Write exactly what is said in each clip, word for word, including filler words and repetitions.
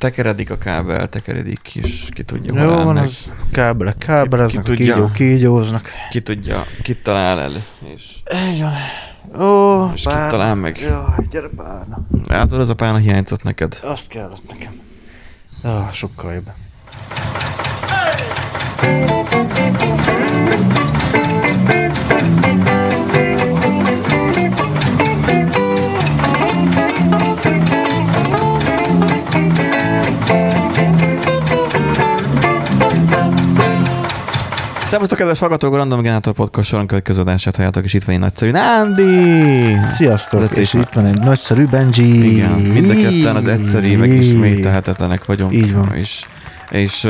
tekeredik a kábel, tekeredik, és ki tudja, jó hol van, ennek. az kábelek, kábeleznek, ki, ki kígyó, kígyóznak. Ki tudja, kit talál el, és, Igen. Ó, és kit talál meg. Jaj, gyere párna. Látod, az a párna hiányzott neked? Azt kellett nekem. Ah, sokkal jobb. Szervusztok, kedves hallgatók, a Random Generator Podcast soron következő adását halljátok, és itt van egy nagyszerű Nándi! Sziasztok, és itt van egy nagyszerű Benji! Igen, mind a ketten az egyszerű, meg ismételhetetlenek vagyunk. Így van. És, és uh,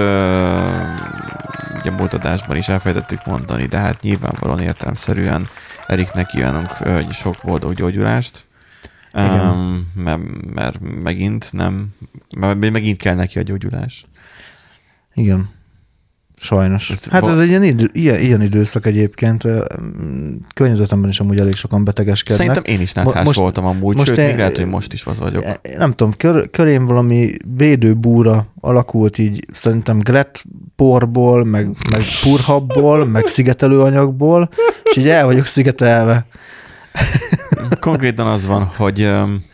ugye múlt adásban is elfelejtettük mondani, de hát nyilvánvalóan értelemszerűen Eriknek kívánunk uh, sok boldog gyógyulást. Um, mert, mert megint nem, mert megint kell neki a gyógyulás. Igen. Sajnos. Ez hát va- ez egy ilyen, idő, ilyen, ilyen időszak egyébként. Környezetemben is amúgy elég sokan betegeskednek. Szerintem én is náthás most, voltam amúgy, most sőt, én, még lehet, hogy most is az vagyok. Nem tudom, kör, körém valami védőbúra alakult így szerintem glettporból, meg, meg purhabból, meg szigetelőanyagból, és így el vagyok szigetelve. Konkrétan az van, hogy um,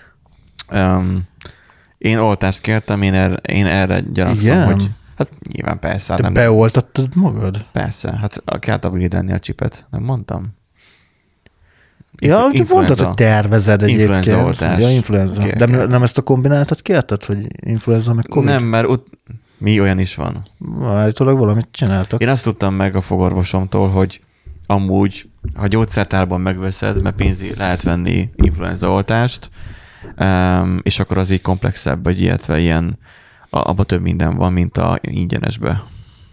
um, én oltást kértem, én erre, én erre gyanakszom, Igen? hogy hát nyilván persze. Te nem, beoltattad magad? Persze, hát kellett upgrade-elni a csipet, nem mondtam? Ja, Influ- mondtad, hogy tervezed egyébként. Influenza oltás. Ja, influenza. Okay, De okay. nem ezt a kombináltat kérted, hogy influenza meg Covid? Nem, mert ut- mi olyan is van. Állítólag valamit csináltak. Én azt tudtam meg a fogorvosomtól, hogy amúgy, ha gyógyszertárban megveszed, mert pénzé lehet venni influenza oltást, um, és akkor az így komplexebb, vagy illetve ilyen, abban több minden van, mint a ingyenesbe.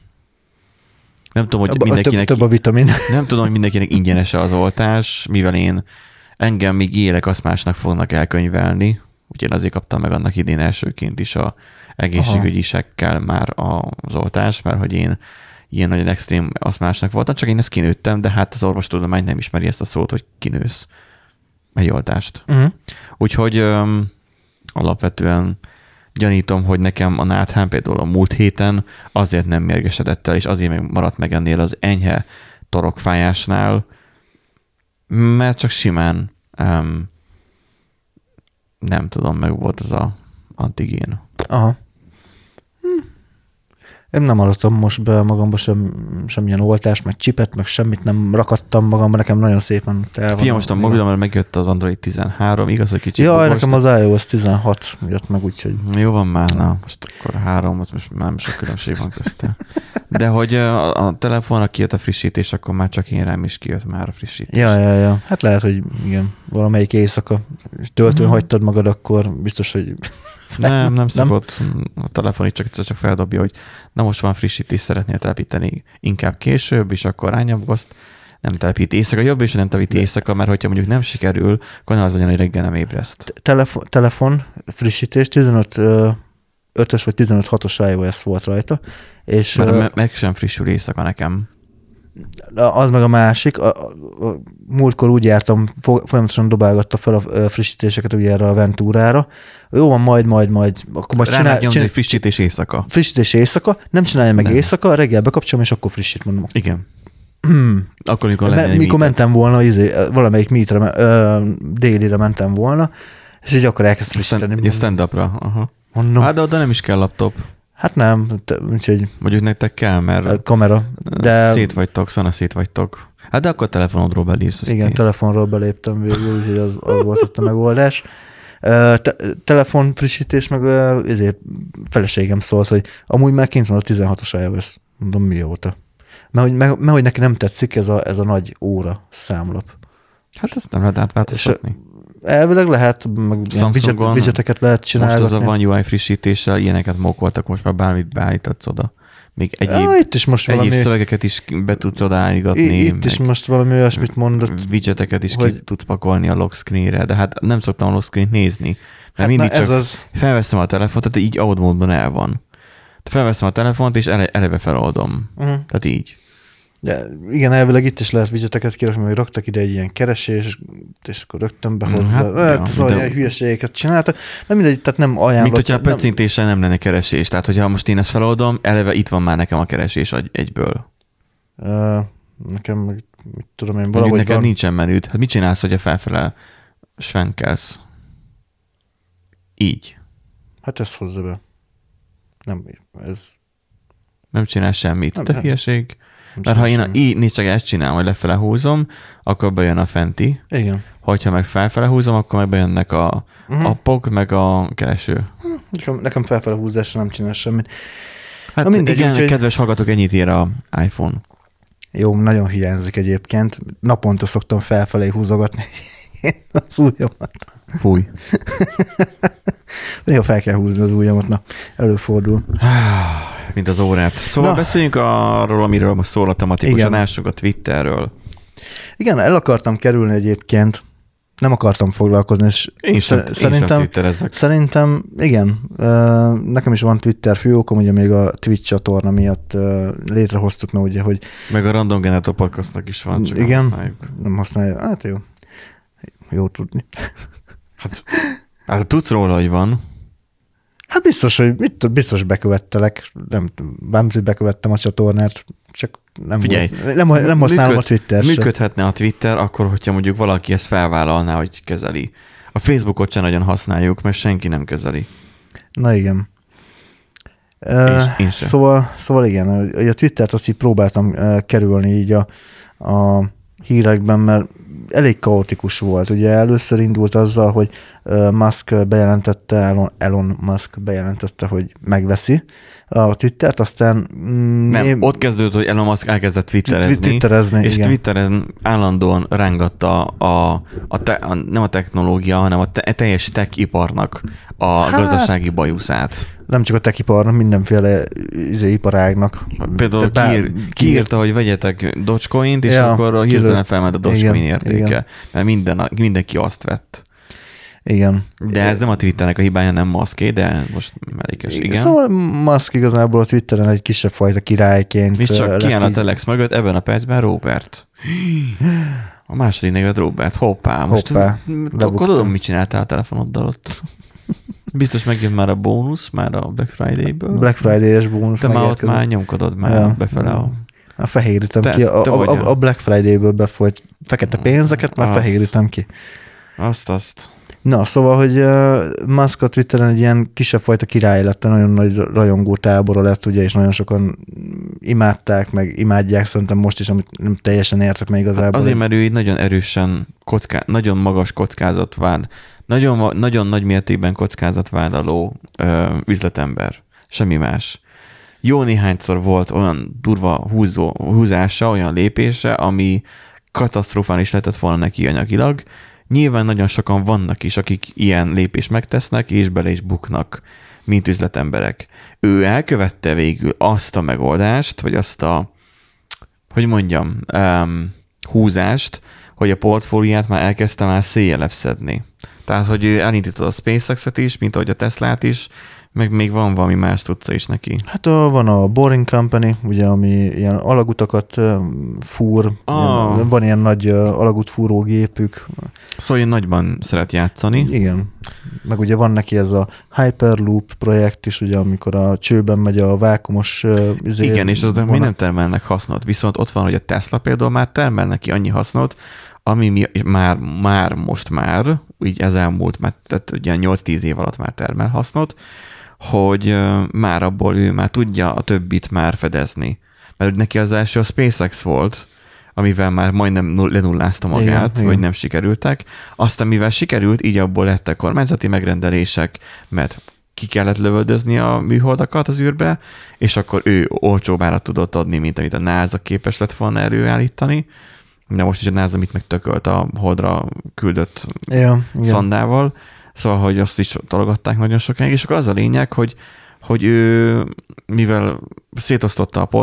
Nem tudom, hogy Abba, mindenkinek... Több, több a vitamin. Nem tudom, hogy mindenkinek ingyenes az oltás, mivel én engem még élek, azt másnak fognak elkönyvelni, úgyhogy én azért kaptam meg annak idén elsőként is a egészségügyisekkel már az oltást, mert hogy én ilyen nagyon extrém aszmásnak voltam, csak én ezt kinőttem, de hát az orvostudomány nem ismeri ezt a szót, hogy kinősz egy oltást. Uh-huh. Úgyhogy öm, alapvetően gyanítom, hogy nekem a náthám például a múlt héten azért nem mérgesedett el, és azért még maradt meg ennél az enyhe torokfájásnál, mert csak simán öm, nem tudom, meg volt az a antigén. Aha. Hm. Én nem hallottam most be magamba sem, semmilyen oltást, meg csipet, meg semmit nem rakattam magamba, nekem nagyon szépen el van. Fiam, most a mobilomra megjött az Android tizenhárom, igaz, hogy kicsit Jaj, nekem az iOS tizenhat jött meg, úgyhogy... Jó van már, na, most akkor három, az most nem sok különbség van közte. De hogy a, a telefonra kijött a frissítés, akkor már csak én rám is kijött már a frissítés. Ja, ja, ja. Hát lehet, hogy igen, valamelyik éjszaka töltőn hmm. hagytad magad, akkor biztos, hogy... Nem, nem, nem szokott. A telefon itt csak egyszer csak feldobja, hogy na most van frissítés, szeretnél telepíteni inkább később, és akkor rányomgoszt, nem telepít éjszaka, jobb is, hogy nem telepít éjszaka, mert hogyha mondjuk nem sikerül, akkor ne az legyen, hogy reggel nem ébreszt. Telefon, telefon frissítés, tizenöt ötös vagy tizenöt hatos iOS volt rajta, és... Mert uh, meg sem frissül éjszaka nekem. Az meg a másik, a, a, a múltkor úgy jártam, folyamatosan dobálgatta fel a frissítéseket ugye erre a Venturára. Jó van, majd, majd, majd. Akkor majd csinál, nyomni, csinál, frissítés éjszaka. Frissítés éjszaka, nem csinálja meg nem. éjszaka, reggel bekapcsolom, és akkor frissít, mondom. Igen. Hmm. Akkor, mikor Me, mikor mentem volna, izé, valamelyik meetre, ö, délire mentem volna, és így akkor elkezd frissíteni. Ja, stand-upra. Aha. Mondom. Hát de oda nem is kell laptop. Hát nem, te, úgyhogy... Mondjuk nektek kell, mert... A kamera, de... Szét vagytok, szana szét vagytok. Hát de akkor a telefonodról belépsz. Igen, kész. Telefonról beléptem végül, úgyhogy az, az volt ott a megoldás. Te, telefon frissítés, meg ezért feleségem szólt, hogy amúgy már kint van a tizenhatos iOS. Mondom, mióta. Mert hogy, mert, mert hogy neki nem tetszik ez a, ez a nagy óra számlap. Hát ezt nem lehet átváltoztatni. Elvileg lehet, meg widget, widgeteket lehet csinálni. Most az a One u i frissítéssel ilyeneket mókoltak, most már bármit beállítatsz oda. Még egyéb, ja, itt is most egyéb valami, szövegeket is be tudsz odaállítgatni. Itt is most valami olyasmit mondott. Widgeteket is hogy... ki tudsz pakolni a lock screenre, de hát nem szoktam a lock screen-t nézni. Mert hát mindig na, ez csak az... felveszem a telefont, tehát így audio módban el van. Felveszem a telefont, és ele, eleve feloldom. Uh-huh. Tehát így. De igen, elvileg itt is lehet widgeteket kirakni, hogy raktak ide egy ilyen keresés, és akkor rögtön behozza. Hát, hát, ja, szóval de... hülyeségeket csináltak. Nem mindegy, tehát nem ajánlott. Mint hogyha a precintéssel nem... nem lenne keresés. Tehát, hogyha most én ezt feloldom, eleve itt van már nekem a keresés egyből. Uh, nekem meg, mit tudom én, valahogy neked van... nincsen menüd. Hát mit csinálsz, hogyha felfele svenkelsz? Így. Hát ezt hozza be. Nem, ez... Nem csinál semmit. Nem, Te nem. hülyeség. Mert ha én a, így nincs csak ezt csinálom, hogy lefele húzom, akkor bejön a fenti. Igen. Hogyha meg felfele húzom, akkor meg bejönnek a uh-huh. appok, meg a kereső. Nekem, nekem felfele húzásra nem csinál semmit. Hát Na mindegy, igen, úgy, kedves hallgatók, ennyit ér a iPhone. Jó, nagyon hiányzik egyébként. Naponta szoktam felfelé húzogatni az ujjamat. Fúj. Néha fel kell húzni az ujjamat, na, előfordul. Mint az órát. Szóval na. Beszéljünk arról, amiről most szól a tematikus adásunk, a Twitterről. Igen, el akartam kerülni egyébként, nem akartam foglalkozni, és én sem, szerintem, én sem szerintem, igen, nekem is van Twitter fiókom, ugye még a Twitch csatorna miatt létrehoztuk, mert ugye, hogy... Meg a Random Generator Podcastnak is van, csak igen, nem használjuk. Nem használjuk, hát jó. Jó tudni. Hát, hát tudsz róla, hogy van. Hát biztos, hogy mit, biztos bekövettelek, nem, bármit bekövettem a csatornát, csak nem, Figyelj, volt, nem, nem használom működ, a Twitter sem. Működhetne a Twitter, akkor, hogyha mondjuk valaki ezt felvállalná, hogy kezeli. A Facebookot sem nagyon használjuk, mert senki nem kezeli. Na igen. És, én sem. Szóval, szóval igen, a Twittert azt így próbáltam kerülni így a, a hírekben, mert elég kaotikus volt. Ugye először indult azzal, hogy Musk bejelentette, Elon, Elon Musk bejelentette, hogy megveszi a Twittert, aztán... Nem, én... ott kezdődött, hogy Elon Musk elkezdett twitterezni, twitterezni és igen. Twitteren állandóan rángatta a, a, te, a nem a technológia, hanem a te, teljes tech-iparnak a hát, gazdasági bajuszát. Nem csak a tech-iparnak, mindenféle izé, iparágnak. Például bár, kiír, kiírta, hogy vegyetek Dogecoint, és ja, akkor hirtelen felment a Dogecoin igen, értéke, igen. Mert minden, mindenki azt vett. Igen. De ez nem a Twitternek a hibája, nem Muské, de most mellékes, igen. Szóval Musk igazából a Twitteren egy kisebb fajta királyként. És csak kiáll a Telex mögött, ebben a percben Robert. A második neved Robert. Hoppá. Most Hoppá. Akkor tudom, mit csináltál a telefonoddal ott. Biztos megjön már a bónusz, már a Black Friday-ből. Black Friday-es bónusz. Te már ott már nyomkodod már ja. befele a... A fehérítem te, ki. A, a, a Black Friday-ből befolyt fekete pénzeket már azt, fehérítem ki. Azt, azt. Na, szóval, hogy uh, Musk a Twitteren egy ilyen kisebb fajta király lett, nagyon nagy rajongó tábora lett, ugye, és nagyon sokan imádták, meg imádják szerintem most is, amit nem teljesen értek meg igazából. Hát azért, mert ő így nagyon erősen, kocká, nagyon magas kockázatvád, nagyon, nagyon nagy mértékben kockázatvállaló ö, üzletember. Semmi más. Jó néhányszor volt olyan durva húzó, húzása, olyan lépése, ami katasztrofális lehetett volna neki anyagilag. Nyilván nagyon sokan vannak is, akik ilyen lépést megtesznek, és bele is buknak, mint üzletemberek. Ő elkövette végül azt a megoldást, vagy azt a, hogy mondjam, um, húzást, hogy a portfólióját már elkezdte már széjjelebb szedni. Tehát, hogy ő elindította a SpaceX-et is, mint ahogy a Teslát is, meg még van valami más tudca is neki. Hát van a Boring Company, ugye, ami ilyen alagutakat fúr, ah. ilyen, van ilyen nagy alagútfúrógépük. Szóval ilyen nagyban szeret játszani. Igen. Meg ugye van neki ez a Hyperloop projekt is, ugye, amikor a csőben megy a vákumos... Izé, igen, és azok mi nem termelnek hasznot. Viszont ott van, hogy a Tesla például már termel neki annyi hasznot, ami mi, már, már most már, így ez elmúlt, mert tehát ugye nyolc-tíz év alatt már termel hasznot, hogy már abból ő már tudja a többit már fedezni. Mert neki az első a SpaceX volt, amivel már majdnem lenullázta magát, igen, hogy igen. nem sikerültek. Aztán mivel sikerült, így abból lettek kormányzati megrendelések, mert ki kellett lövöldözni a műholdakat az űrbe, és akkor ő olcsóbb árat tudott adni, mint amit a NASA képes lett volna előállítani. De most is a NASA mit megtökölt a Holdra küldött ja, szondával. Szóval, hogy azt is tologatták nagyon sokáig, és akkor az a lényeg, hogy, hogy ő, mivel szétosztotta a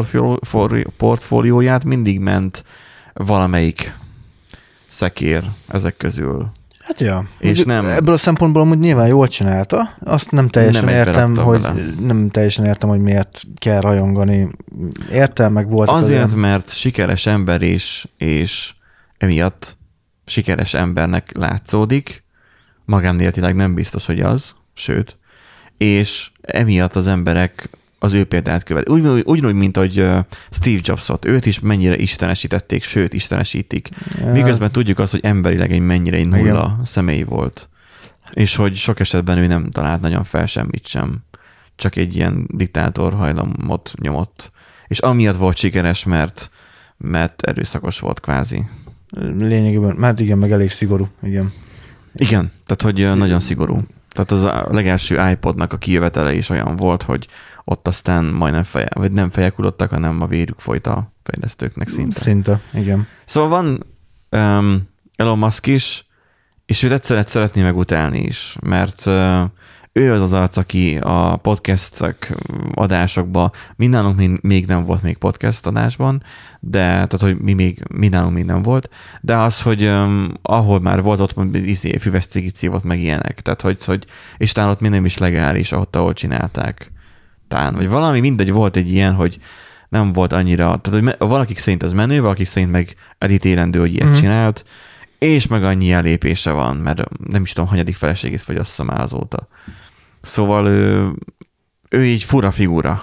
portfólióját, mindig ment valamelyik szekér ezek közül. Hát ja. És nem, ebből a szempontból amúgy nyilván jól csinálta, azt nem teljesen nem értem, hogy bele. nem teljesen értem, hogy miért kell rajongani. Értem, meg volt. Azért, az mert sikeres ember is, és emiatt sikeres embernek látszódik, magánéletileg nem biztos, hogy az, sőt, és emiatt az emberek az ő példát követik. Úgy, ugyanúgy, mint hogy Steve Jobsot, őt is mennyire istenesítették, sőt, istenesítik. Ja. Miközben tudjuk azt, hogy emberileg egy mennyire egy nulla igen. személy volt. És hogy sok esetben ő nem talált nagyon fel semmit sem. Csak egy ilyen diktátor hajlamot nyomott. És amiatt volt sikeres, mert, mert erőszakos volt kvázi. Lényegében, mert igen, meg elég szigorú, igen. Igen, tehát hogy szigorú. Nagyon szigorú. Tehát az a legelső iPodnak a kijövetele is olyan volt, hogy ott aztán majdnem feje, vagy nem fejek urodtak, hanem a vérük folyt a fejlesztőknek szinte. Szinte, igen. Szóval van um, Elon Musk is, és őt egyszer szeretné megutálni is, mert uh, ő az az arc, aki a podcastek adásokban, mi nálunk még nem volt még podcast adásban, de tehát, hogy mi még, mi nálunk még nem volt, de az, hogy um, ahol már volt, ott izé, füves cigici volt, meg ilyenek, tehát, hogy, hogy és talán ott minden is legális, ott, ahol csinálták. Tán, vagy valami mindegy volt egy ilyen, hogy nem volt annyira, tehát hogy valakik szerint az menő, valakik szerint meg elítélendő, hogy ilyet mm. csinált, és meg annyi elépése van, mert nem is tudom, hanyadik feleségét fogyassza már azóta. Szóval ő, ő így fura figura.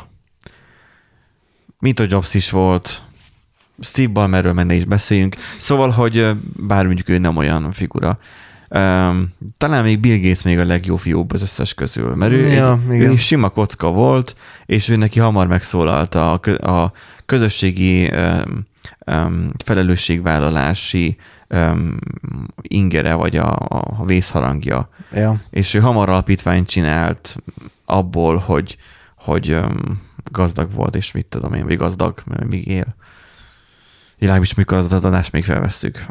Mint a Jobs is volt, Steve Ballmerről menne is beszéljünk, szóval, hogy bár mondjuk ő nem olyan figura. Um, talán még Bill Gates még a legjobb fiúbb az összes közül, mert ő, ja, egy, ő is sima kocka volt, és ő neki hamar megszólalt a, a közösségi um, um, felelősségvállalási um, ingere, vagy a, a vészharangja. Ja. És ő hamar alapítványt csinált abból, hogy, hogy um, gazdag volt, és mit tudom én, vagy gazdag, mert még él. Világos, mikor az az adást még felvesszük.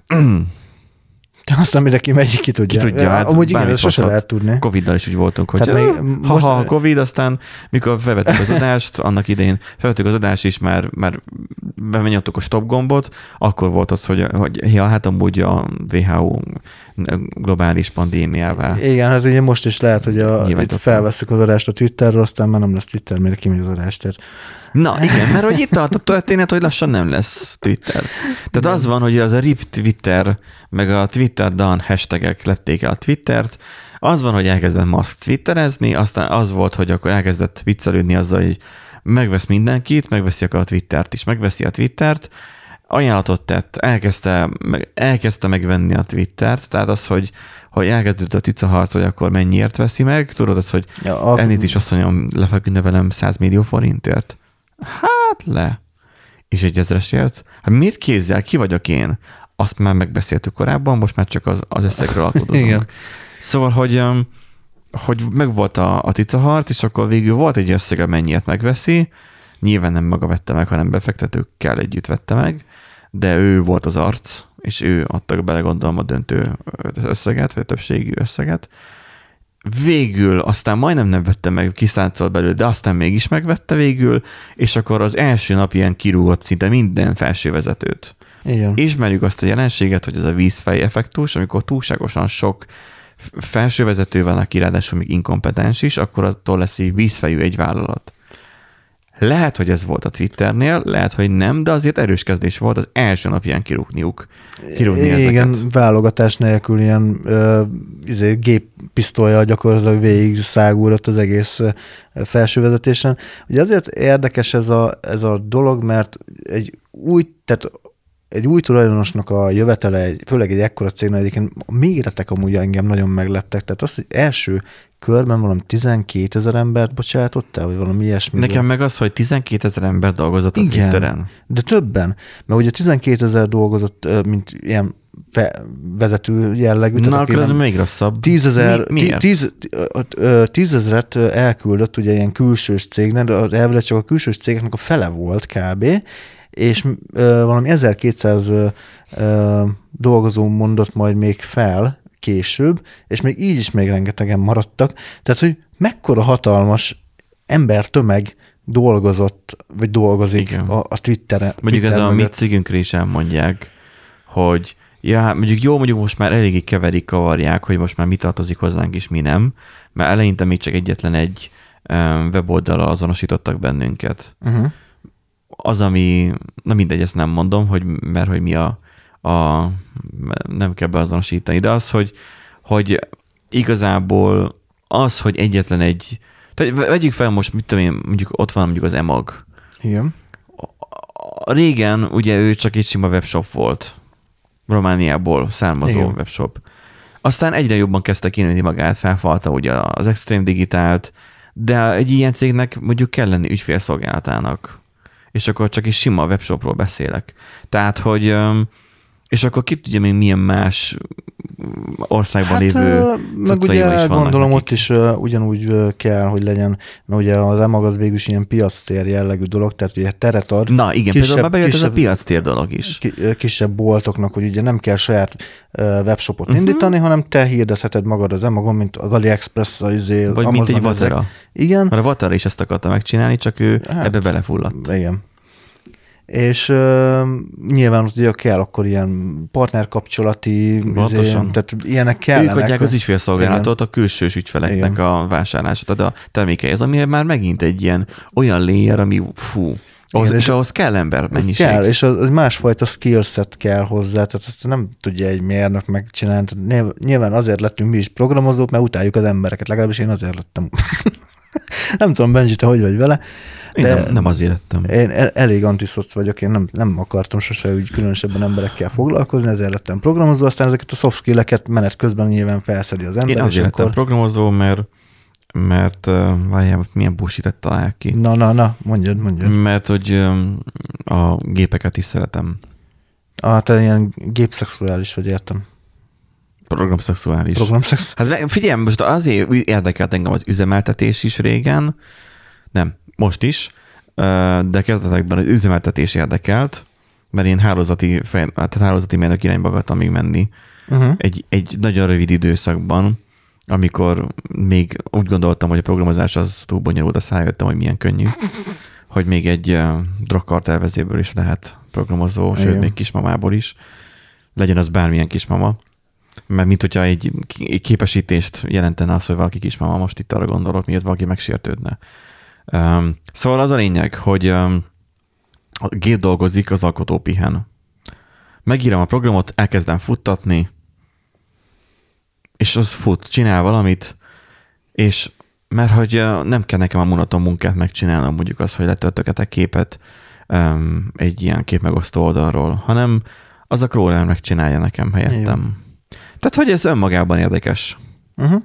Aztán mindenki megy, ki tudja. Ki tudja, hát amúgy igen, ezt sose lehet tudni. Coviddal is úgy voltunk, hogy ha, ha a Covid, aztán mikor felvettük az adást, annak idején felvettük az adást is, már, már bemenyomtuk a stop gombot, akkor volt az, hogy, hogy ja, hát amúgy a dupla vé há ó globális pandémiává. Igen, hát ugye most is lehet, hogy a, itt felveszük az adást a Twitterről, aztán már nem lesz Twitter, mire kimegy az adást. Na igen, mert hogy itt tart a történet, hogy lassan nem lesz Twitter. Tehát az van, hogy az a R I P Twitter, meg a Twitter done hashtagek lették el a Twittert, az van, hogy elkezdett Musk twitterezni, aztán az volt, hogy akkor elkezdett viccelődni azzal, hogy megvesz mindenkit, megveszi akkor a Twittert is, megveszi a Twittert, ajánlatot tett, elkezdte, elkezdte megvenni a Twittert, tehát az, hogy, hogy elkezdődött a cica harc, hogy akkor mennyiért veszi meg, tudod az, hogy ja, ak- ennél is azt mondjam, le fogjuk nevelem száz millió forintért. Hát le. És egy ezresért? Hát mit kézzel? Ki vagyok én? Azt már megbeszéltük korábban, most már csak az, az összegről alkudozunk. Igen. Szóval, hogy, hogy megvolt a, a cica harc, és akkor végül volt egy összeg, amennyiért megveszi. Nyilván nem maga vette meg, hanem befektetőkkel együtt vette meg, de ő volt az arc, és ő adta bele, gondolom, a döntő összeget, vagy a többségű összeget. Végül aztán majdnem nem vette meg, kiszáncolt belőle, de aztán mégis megvette végül, és akkor az első nap ilyen kirúgott szinte minden felsővezetőt. Igen. Ismerjük azt a jelenséget, hogy ez a vízfej effektus, amikor túlságosan sok felsővezető van, aki ráadásul még inkompetens is, akkor attól lesz egy vízfejű egy vállalat. Lehet, hogy ez volt a Twitternél, lehet, hogy nem, de azért erős kezdés volt az első napján kirúgniuk. Kirúgni igen, ezeket. Válogatás nélkül ilyen ö, izé, géppisztolya gyakorlatilag végig szágúrott az egész felsővezetésen. Ugye azért érdekes ez a, ez a dolog, mert egy új, tehát egy új tulajdonosnak a jövetele, főleg egy ekkora cégnél egyébként a méretek amúgy engem nagyon megleptek. Tehát az, hogy első körben valami tizenkétezer embert bocsátottál, vagy valami ilyesmi. Nekem meg az, hogy tizenkétezer ember dolgozott a Twitteren. De többen. Mert ugye tizenkétezer dolgozott, mint ilyen vezető jellegű. Na, akkor ez még rosszabb. Tízezer, Mi, tíz, tízezret elküldött ugye ilyen külsős cégnek, de az elvileg csak a külsős cégeknek a fele volt kb., és ö, valami ezerkétszáz ö, ö, dolgozó mondott majd még fel később, és még így is még rengetegen maradtak. Tehát, hogy mekkora hatalmas embertömeg dolgozott, vagy dolgozik a, a Twitteren. Mondjuk ez a mi cégünkre is elmondják, hogy Ja, hát mondjuk jó, mondjuk most már eléggé keverik, kavarják, hogy most már mi tartozik hozzánk és mi nem, mert eleinte még csak egyetlen egy weboldalra azonosítottak bennünket. Uh-huh. Az, ami, na mindegy, ezt nem mondom, hogy, mert hogy mi a, a nem kell beazonosítani, de az, hogy, hogy igazából az, hogy egyetlen egy, tehát vegyük fel most, mit tudom én, mondjuk ott van mondjuk az emag. Igen. Régen ugye ő csak egy sima webshop volt. Romániából származó Igen. webshop. Aztán egyre jobban kezdte kinőni magát, felfalta ugye az Extreme Digitált, de egy ilyen cégnek mondjuk kell lenni ügyfélszolgálatának. És akkor csak egy sima webshopról beszélek. Tehát, hogy és akkor ki tudja még milyen más országban hát, lévő meg ugye gondolom nekik. Ott is uh, ugyanúgy uh, kell, hogy legyen, mert ugye az emag az végül is ilyen piactér jellegű dolog, tehát ugye teret ad. Na igen, kisebb, például bejött kisebb, ez a piactér dolog is. Kisebb boltoknak, hogy ugye nem kell saját uh, webshopot uh-huh. indítani, hanem te hirdetheted magad az emagon, mint az AliExpress, az Vagy Amazon, mint egy Vatera. Igen. Mert a Vatera is ezt akarta megcsinálni, csak ő hát, ebbe belefulladt. Igen. És uh, nyilván ugye kell akkor ilyen partnerkapcsolati, izé, tehát ilyenek kellenek. Ők adják az ügyfélszolgálatot a külsős ügyfeleknek Igen. a vásárlását, a termékeihez, ami már megint egy ilyen olyan layer, ami fú, ahhoz, Igen, és, és ahhoz kell ember mennyiség. Kell, és az, az másfajta skillset kell hozzá, tehát ezt nem tudja egy mérnök megcsinálni. Tehát nyilván azért lettünk mi is programozók, mert utáljuk az embereket, legalábbis én azért lettem. Nem tudom, Benji, te hogy vagy vele. Én nem, nem azért lettem. Én elég antiszoc vagyok, én nem, nem akartam sose úgy különösebben emberekkel foglalkozni, ezért lettem programozó, aztán ezeket a soft skill-eket menet közben nyilván felszedi az ember. Én azért lettem akkor... programozó, mert mert várjál, milyen bullshit-et találják ki. Na, na, na, mondjad, mondjad. Mert hogy a gépeket is szeretem. Ah, te ilyen gépszexuális vagy, értem. Programszexuális. Programszexuális. Hát figyelj, most azért érdekelt engem az üzemeltetés is régen, nem, most is, de kezdetekben az üzemeltetés érdekelt, mert én hálózati, fej, tehát hálózati mérnök irányba akartam még menni. Uh-huh. Egy, egy nagyon rövid időszakban, amikor még úgy gondoltam, hogy a programozás az túl bonyolult, azt rájöttem, hogy milyen könnyű, hogy még egy drogkart elvezéből is lehet programozó, sőt, még kismamából is. Legyen az bármilyen kismama. Mert mint hogyha egy képesítést jelentene az, hogy valaki kismama, most itt arra gondolok, miért valaki megsértődne. Um, szóval az a lényeg, hogy um, a gép dolgozik, az alkotó pihen. Megírom a programot, elkezdem futtatni, és az fut, csinál valamit, és mert hogy uh, nem kell nekem a monoton munkát megcsinálnom, mondjuk az, hogy letöltögetek képet um, egy ilyen képmegosztó oldalról, hanem az a crawler megcsinálja nekem helyettem. Jó. Tehát, hogy ez önmagában érdekes. Uh-huh.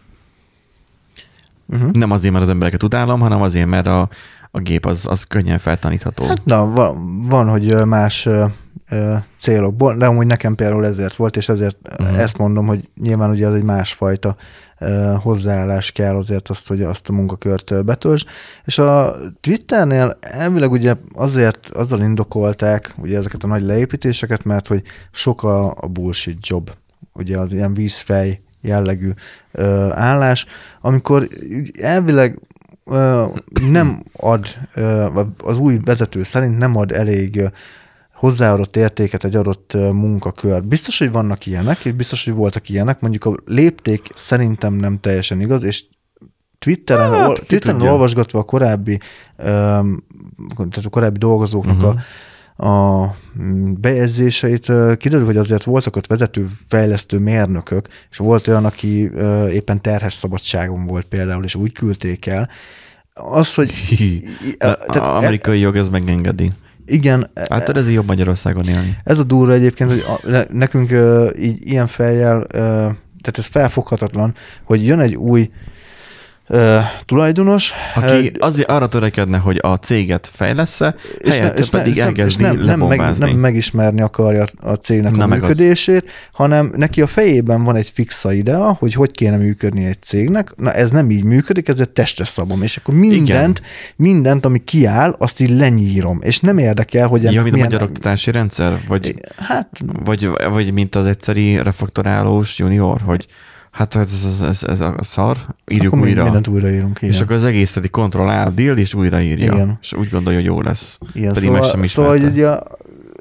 Uh-huh. Nem azért, mert az embereket utálom, hanem azért, mert a, a gép az, az könnyen feltanítható. Hát, na, van, van, hogy más ö, ö, célokból, de amúgy nekem például ezért volt, és ezért uh-huh. ezt mondom, hogy nyilván ugye az egy másfajta ö, hozzáállás kell azért azt, hogy azt a munkakört betöltsd. És a Twitternél elvileg ugye azért azzal indokolták ugye ezeket a nagy leépítéseket, mert hogy sok a, a bullshit job. Ugye az ilyen vízfej jellegű ö, állás, amikor elvileg ö, nem ad, ö, az új vezető szerint nem ad elég ö, hozzáadott értéket egy adott ö, munkakör. Biztos, hogy vannak ilyenek, és biztos, hogy voltak ilyenek, mondjuk a lépték szerintem nem teljesen igaz, és Twitteren, hát, ol, Twitteren olvasgatva a korábbi, ö, tehát a korábbi dolgozóknak uh-huh. a a bejegyzéseit, kiderül, hogy azért voltak ott vezető, fejlesztő mérnökök, és volt olyan, aki éppen terhes szabadságon volt például, és úgy küldték el. Az, hogy... tehát, amerikai jog ez megengedi. Igen. Hát ez jobb Magyarországon élni. Ez a durva egyébként, hogy nekünk így ilyen fejjel, tehát ez felfoghatatlan, hogy jön egy új Uh, tulajdonos. Aki azért arra törekedne, hogy a céget fejlesz-e, helyette ne, pedig ne, elkezdi nem, lebombázni. Nem, nem megismerni akarja a cégnek Na a működését, az. hanem neki a fejében van egy fixa idea, hogy hogy kéne működni egy cégnek. Na ez nem így működik, ez egy testre szabom. És akkor mindent, Igen. mindent, ami kiáll, azt így lenyírom. És nem érdekel, hogy... Ja, mint a magyar oktatási rendszer? Vagy, hát, vagy, vagy mint az egyszeri refaktorálós junior, hogy hát ez, ez, ez a szar, írjuk akkor újra. Mindent újraírunk, igen. És akkor az egészet egy kontroll áll, deal, és újraírja. Igen. És úgy gondolja, hogy jó lesz. Igen, Pedig szóval, meg sem szóval hogy a,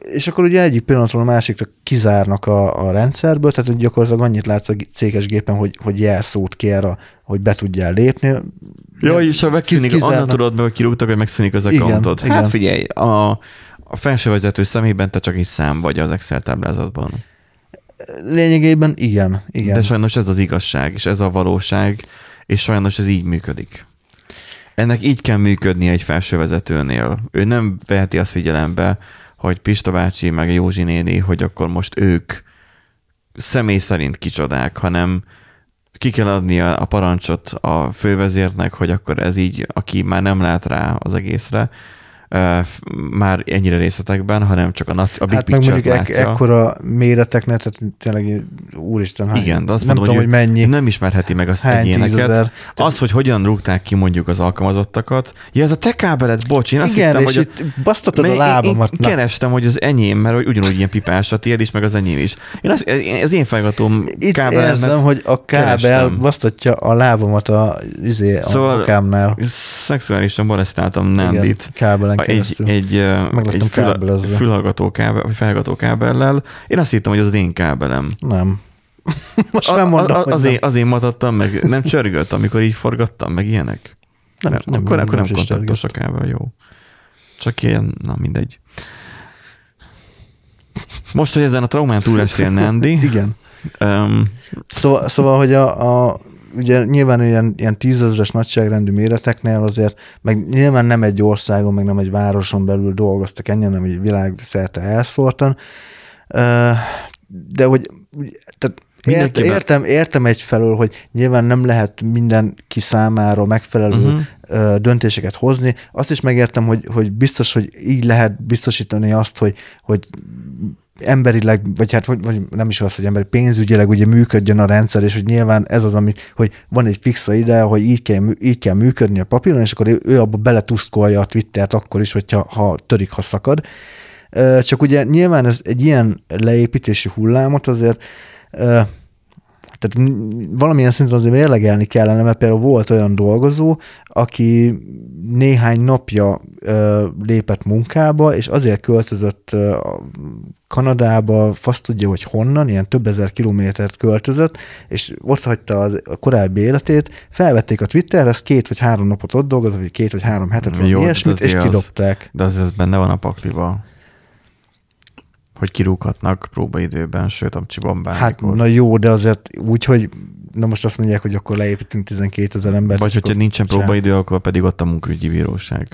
és akkor ugye egyik pillanatról a másikra kizárnak a, a rendszerből, tehát hogy gyakorlatilag annyit látsz a céges gépen, hogy, hogy jelszót kér, hogy be tudjál lépni. Ja, és ha megszűnik, annak tudod meg, hogy kirúgtak, hogy megszűnik az accountod. Hát igen. Figyelj, a, a felsővezető személyben te csak egy szám vagy az Excel táblázatban. Lényegében igen, igen. De sajnos ez az igazság, és ez a valóság, és sajnos ez így működik. Ennek így kell működnie egy felsővezetőnél. Ő nem veheti azt figyelembe, hogy Pista bácsi meg Józsi néni, hogy akkor most ők személy szerint kicsodák, hanem ki kell adni a parancsot a fővezérnek, hogy akkor ez így, aki már nem lát rá az egészre, már ennyire részletekben, hanem csak a, nagy, a big hát picture-t látja. Hát meg mondjuk ekkora méreteknek, tehát tényleg úristen, hány, igen, de azt nem mondom, tudom, hogy, hogy mennyi. Nem ismerheti meg azt egyéneket. Az, hogy hogyan rúgták ki mondjuk az alkalmazottakat. Ja, ez a te kábeled, bocs, én azt igen, hittem, és hogy itt a... basztatod a lábamat. Én, én kerestem, hogy az enyém, mert ugyanúgy ilyen pipás, a tiéd is, meg az enyém is. Én az, ez én felgatóm kábelemet. Itt érzem, hogy a kábel kerestem. Basztatja a lábamat a, izé, szóval a kámnál. Szexuálisan molesztáltam Nandit. Kábelen keresztül. Egy, egy fül, fülhallgató kábel, vagy felhallgató kábellel. Én azt hittem, hogy az az én kábelem. Nem. Most nem mondom, a, a, az, én, az én matadtam, meg nem csörgött, amikor így forgattam, meg ilyenek. Nem, nem, nem, akkor nem, akkor nem, nem kontaktos a kábel, jó. Csak ilyen, na mindegy. Most, hogy ezen a traumán túlestél, Nandi. Igen. Um, szóval, szóval, hogy a, a ugye nyilván ilyen, ilyen tízezres nagyságrendű méreteknél azért, meg nyilván nem egy országon, meg nem egy városon belül dolgoztak ennyien, hanem egy világszerte elszórtan, de hogy tehát ért, értem, értem egyfelől, hogy nyilván nem lehet mindenki számára megfelelő uh-huh. döntéseket hozni. Azt is megértem, hogy, hogy biztos, hogy így lehet biztosítani azt, hogy, hogy emberileg, vagy hát vagy nem is az, hogy emberi pénzügyileg ugye működjön a rendszer, és hogy nyilván ez az, ami, hogy van egy fixa ide, hogy így kell, így kell működni a papíron, és akkor ő, ő abba beletuszkolja a Twittert akkor is, hogyha ha törik, ha szakad. Csak ugye nyilván ez egy ilyen leépítési hullámot azért tehát valamilyen szinten azért mérlegelni kellene, mert például volt olyan dolgozó, aki néhány napja ö, lépett munkába, és azért költözött ö, Kanadába, fasz tudja, hogy honnan, ilyen több ezer kilométert költözött, és ott hagyta az, a korábbi életét, felvették a Twitterre, ez két vagy három napot ott dolgozott, vagy két vagy három hetet, vagy ilyesmit, és kidobták. De az, az benne van a pakliba, hogy kirúghatnak próbaidőben, sőt, amcsiban bármikor. Hát na jó, de azért úgy, hogy na most azt mondják, hogy akkor leépítünk tizenkétezer embert. Vagy hogyha nincsen próbaidő, akkor pedig ott a munkaügyi bíróság.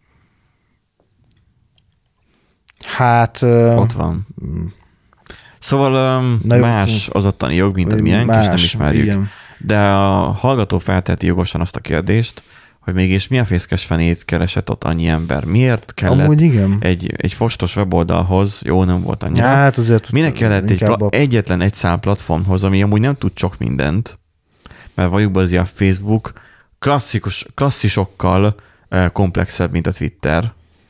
Hát... Ott van. Mm. Szóval um, más az ottani jog, mint a miénk, és nem ismerjük. Igen. De a hallgató felteheti jogosan azt a kérdést, hogy mégis mi a fészkes fenét keresett ott annyi ember? Miért kellett egy, egy fostos weboldalhoz, jó, nem volt annyira. Hát azért minek kellett egy pla- a... egyetlen egy szám platformhoz, ami amúgy nem tud sok mindent, mert valljuk be azért a Facebook klasszikus, klasszisokkal uh, komplexebb, mint a Twitter.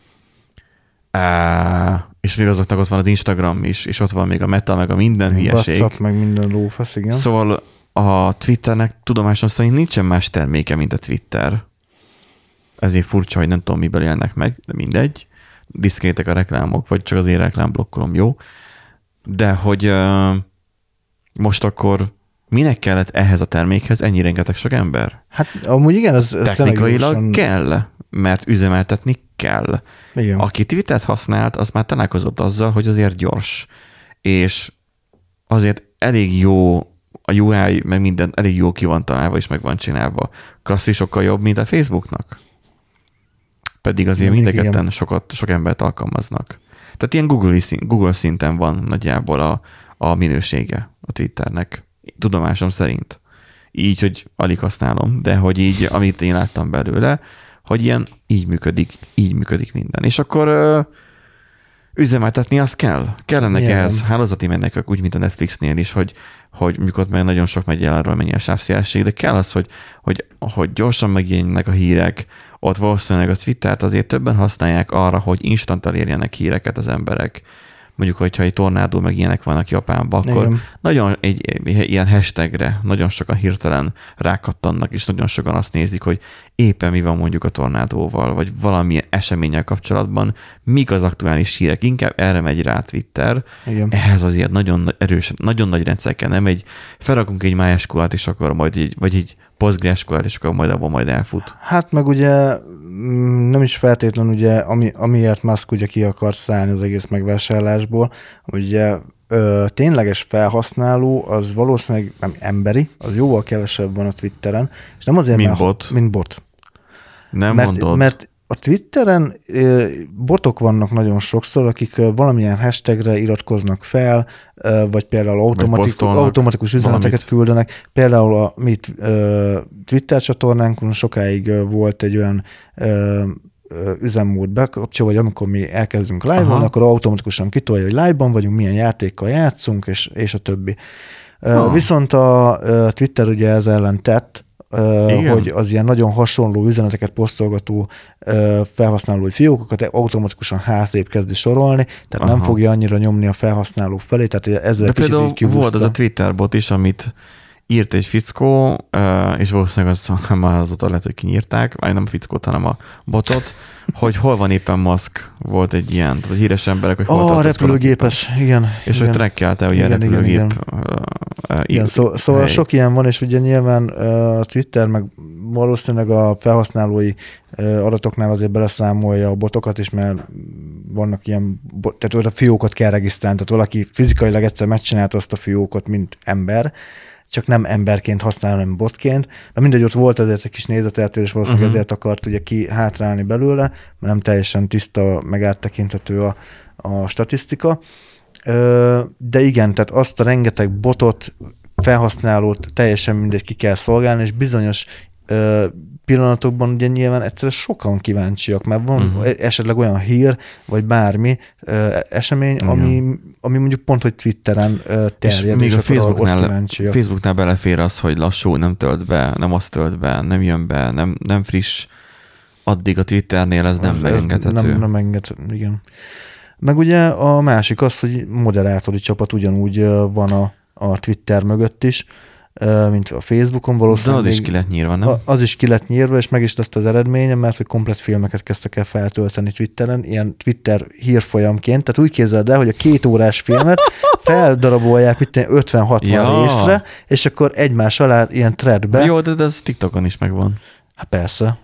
Uh, és még azoknak ott van az Instagram is, és ott van még a Meta, meg a minden hülyeség. WhatsApp, meg minden lófasz, igen. Szóval a Twitternek tudomásom szerint nincsen más terméke, mint a Twitter. Ezért furcsa, hogy nem tudom, miből élnek meg, de mindegy. Diszkrétek a reklámok, vagy csak az én reklámblokkolom, jó. De hogy uh, most akkor minek kellett ehhez a termékhez ennyi rengeteg sok ember? Hát amúgy igen, ez, ez technikailag kell, mert üzemeltetni kell. Igen. Aki Twittert használt, az már találkozott azzal, hogy azért gyors, és azért elég jó a u i, meg minden elég jó ki van találva, és meg van csinálva. Klasszisokkal jobb, mint a Facebooknak. Pedig azért mindenketten sokat, sok embert alkalmaznak. Tehát ilyen Google, Google szinten van nagyjából a, a minősége a Twitternek. Tudomásom szerint. Így, hogy alig használom, de hogy így, amit én láttam belőle, hogy ilyen így működik, így működik minden. És akkor ö, üzemeltetni azt kell. Kellenek yeah. ehhez hálózati menekek, úgy, mint a Netflixnél is, hogy, hogy mikor meg nagyon sok megy el arról, mennyi a sávszélesség, de kell az, hogy, hogy, hogy gyorsan megjelenjenek a hírek. Ott valószínűleg a Twittert azért többen használják arra, hogy instant elérjenek híreket az emberek. Mondjuk, hogyha egy tornádó meg ilyenek vannak Japánban, akkor igen. nagyon egy, egy ilyen hashtagre nagyon sokan hirtelen rákattannak, és nagyon sokan azt nézik, hogy éppen mi van mondjuk a tornádóval, vagy valamilyen eseménnyel kapcsolatban, mik az aktuális hírek, inkább erre megy rá Twitter. Igen. Ehhez azért nagyon erős, nagyon nagy rendszer kell, nem egy, felrakunk egy MySQL-t, és akkor majd így, vagy egy PostgreSQL-t, és akkor majd abban majd elfut. Hát meg ugye nem is feltétlen ugye, ami, amiért Musk ugye ki akar szállni az egész megvásárlásból, ugye ö, tényleges felhasználó az valószínűleg nem emberi, az jóval kevesebb van a Twitteren, és nem azért, mint mert, bot. mint bot. Nem mert, mondod. Mert a Twitteren ö, botok vannak nagyon sokszor, akik ö, valamilyen hashtagre iratkoznak fel, ö, vagy például automatik, vagy automatikus üzeneteket valamit. Küldenek. Például a mi ö, Twitter csatornánkon sokáig ö, volt egy olyan ö, üzemmód bekapcsolva, vagy amikor mi elkezdünk live-on, akkor automatikusan kitolja, hogy live-ban vagyunk, milyen játékkal játszunk, és, és a többi. Ha. Viszont a Twitter ugye ez ellen tett, igen. hogy az ilyen nagyon hasonló üzeneteket posztolgató felhasználói fiókokat automatikusan hátrébb kezdi sorolni, tehát Aha. nem fogja annyira nyomni a felhasználók felé, tehát ezzel de kicsit így kihúzta. Volt az a Twitter bot is, amit írt egy fickó, és valószínűleg az, már azóta lehet, hogy kinyírták, vagy nem a fickót, hanem a botot, hogy hol van éppen Musk, volt egy ilyen, tehát a híres emberek, hogy hol oh, repülőgépes, igen. És igen. hogy trekkelte ugye a repülőgép. Igen, igen. igen szó, szóval hely. Sok ilyen van, és ugye nyilván a Twitter, meg valószínűleg a felhasználói adatoknál azért beleszámolja a botokat is, mert vannak ilyen, tehát oda fiókot kell regisztrálni, tehát valaki fizikailag egyszer megcsinálta azt a fiókot, mint ember, csak nem emberként használ, hanem botként. Na mindegy, ott volt azért egy kis nézeteltérés, valószínűleg uh-huh. ezért akart ugye ki hátrálni belőle, mert nem teljesen tiszta, meg áttekinthető a, a statisztika. De igen, tehát azt a rengeteg botot, felhasználót teljesen mindegy ki kell szolgálni, és bizonyos pillanatokban ugye nyilván egyszerűen sokan kíváncsiak, mert van uh-huh. esetleg olyan hír, vagy bármi uh, esemény, uh-huh. ami, ami mondjuk pont, hogy Twitteren uh, terjed, és, még és a Facebooknál, Facebooknál belefér az, hogy lassú, nem tölt be, nem azt tölt be, nem jön be, nem, nem friss, addig a Twitternél ez nem megengedhető. Nem, nem enged, igen. Meg ugye a másik az, hogy moderátori csapat ugyanúgy uh, van a, a Twitter mögött is, mint a Facebookon valószínűleg. De az is ki lett nyírva, nem? Az is ki lett nyírva, és meg is lett az eredménye, mert hogy komplet filmeket kezdtek el feltölteni Twitteren, ilyen Twitter hírfolyamként, tehát úgy képzeld el, hogy a két órás filmet feldarabolják itt ötven-hatvan ja. részre, és akkor egymás alá ilyen threadbe. Jó, de ez TikTokon is megvan. Hát persze.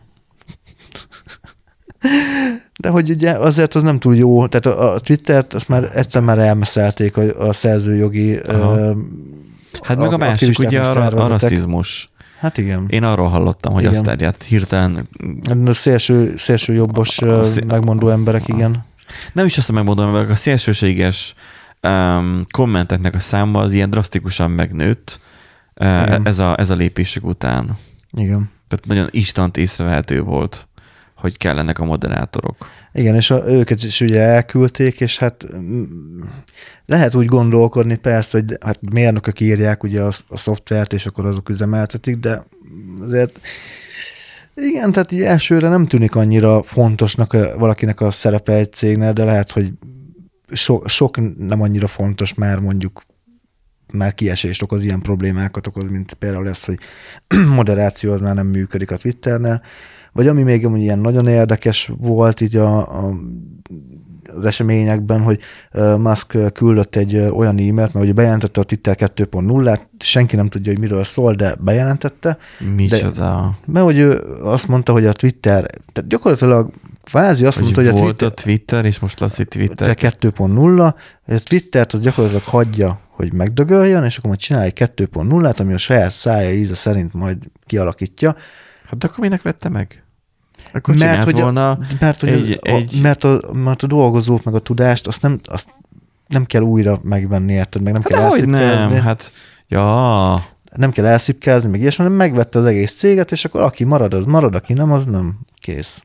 De hogy ugye azért az nem túl jó, tehát a, a Twittert azt már egyszer már elmeszelték a, a szerzőjogi uh, hát meg a, a másik ugye a, a rasszizmus. Hát igen. Én arról hallottam, hogy igen. azt terjedt hirtelen. A szélső, szélső jobbos a, a szél... megmondó emberek, a, igen. Nem is azt a megmondó emberek, a szélsőséges um, kommenteknek a száma az ilyen drasztikusan megnőtt uh, ez, a, ez a lépésük után. Igen. Tehát nagyon instant észrevehető volt, hogy kellenek a moderátorok. Igen, és a, őket is ugye elküldték, és hát lehet úgy gondolkodni persze, hogy hát mérnökök írják ugye a, a szoftvert, és akkor azok üzemeltetik, de azért igen, tehát így elsőre nem tűnik annyira fontosnak a, valakinek a szerepe egy cégnél, de lehet, hogy so, sok nem annyira fontos már mondjuk már kiesést okoz, ilyen problémákat okoz, mint például ez, hogy moderáció az már nem működik a Twitternél. Vagy ami még ilyen nagyon érdekes volt így a, a, az eseményekben, hogy Musk küldött egy olyan e-mailt, mert ugye bejelentette a Twitter kettő pont nullát, senki nem tudja, hogy miről szól, de bejelentette. Micsoda? Mert hogy ő azt mondta, hogy a Twitter, tehát gyakorlatilag kvázi azt hogy mondta, hogy a volt Twitter, a Twitter, és most lesz egy Twitter. kettő pont nulla, a Twittert az gyakorlatilag hagyja, hogy megdögöljön, és akkor majd csinál egy kettő pont nullát, ami a saját szája íze szerint majd kialakítja. Hát akkor minek vette meg? Akkor mert hogy, volna a, mert, hogy egy, a, egy... mert, a, mert a dolgozók meg a tudást, azt nem, azt nem kell újra megvenni, érted? Meg nem hát kell elszipkázni. Nem, hát ja. Nem kell elszipkázni, meg ilyesmi, hanem megvette az egész céget, és akkor aki marad, az marad, aki nem, az nem. Kész.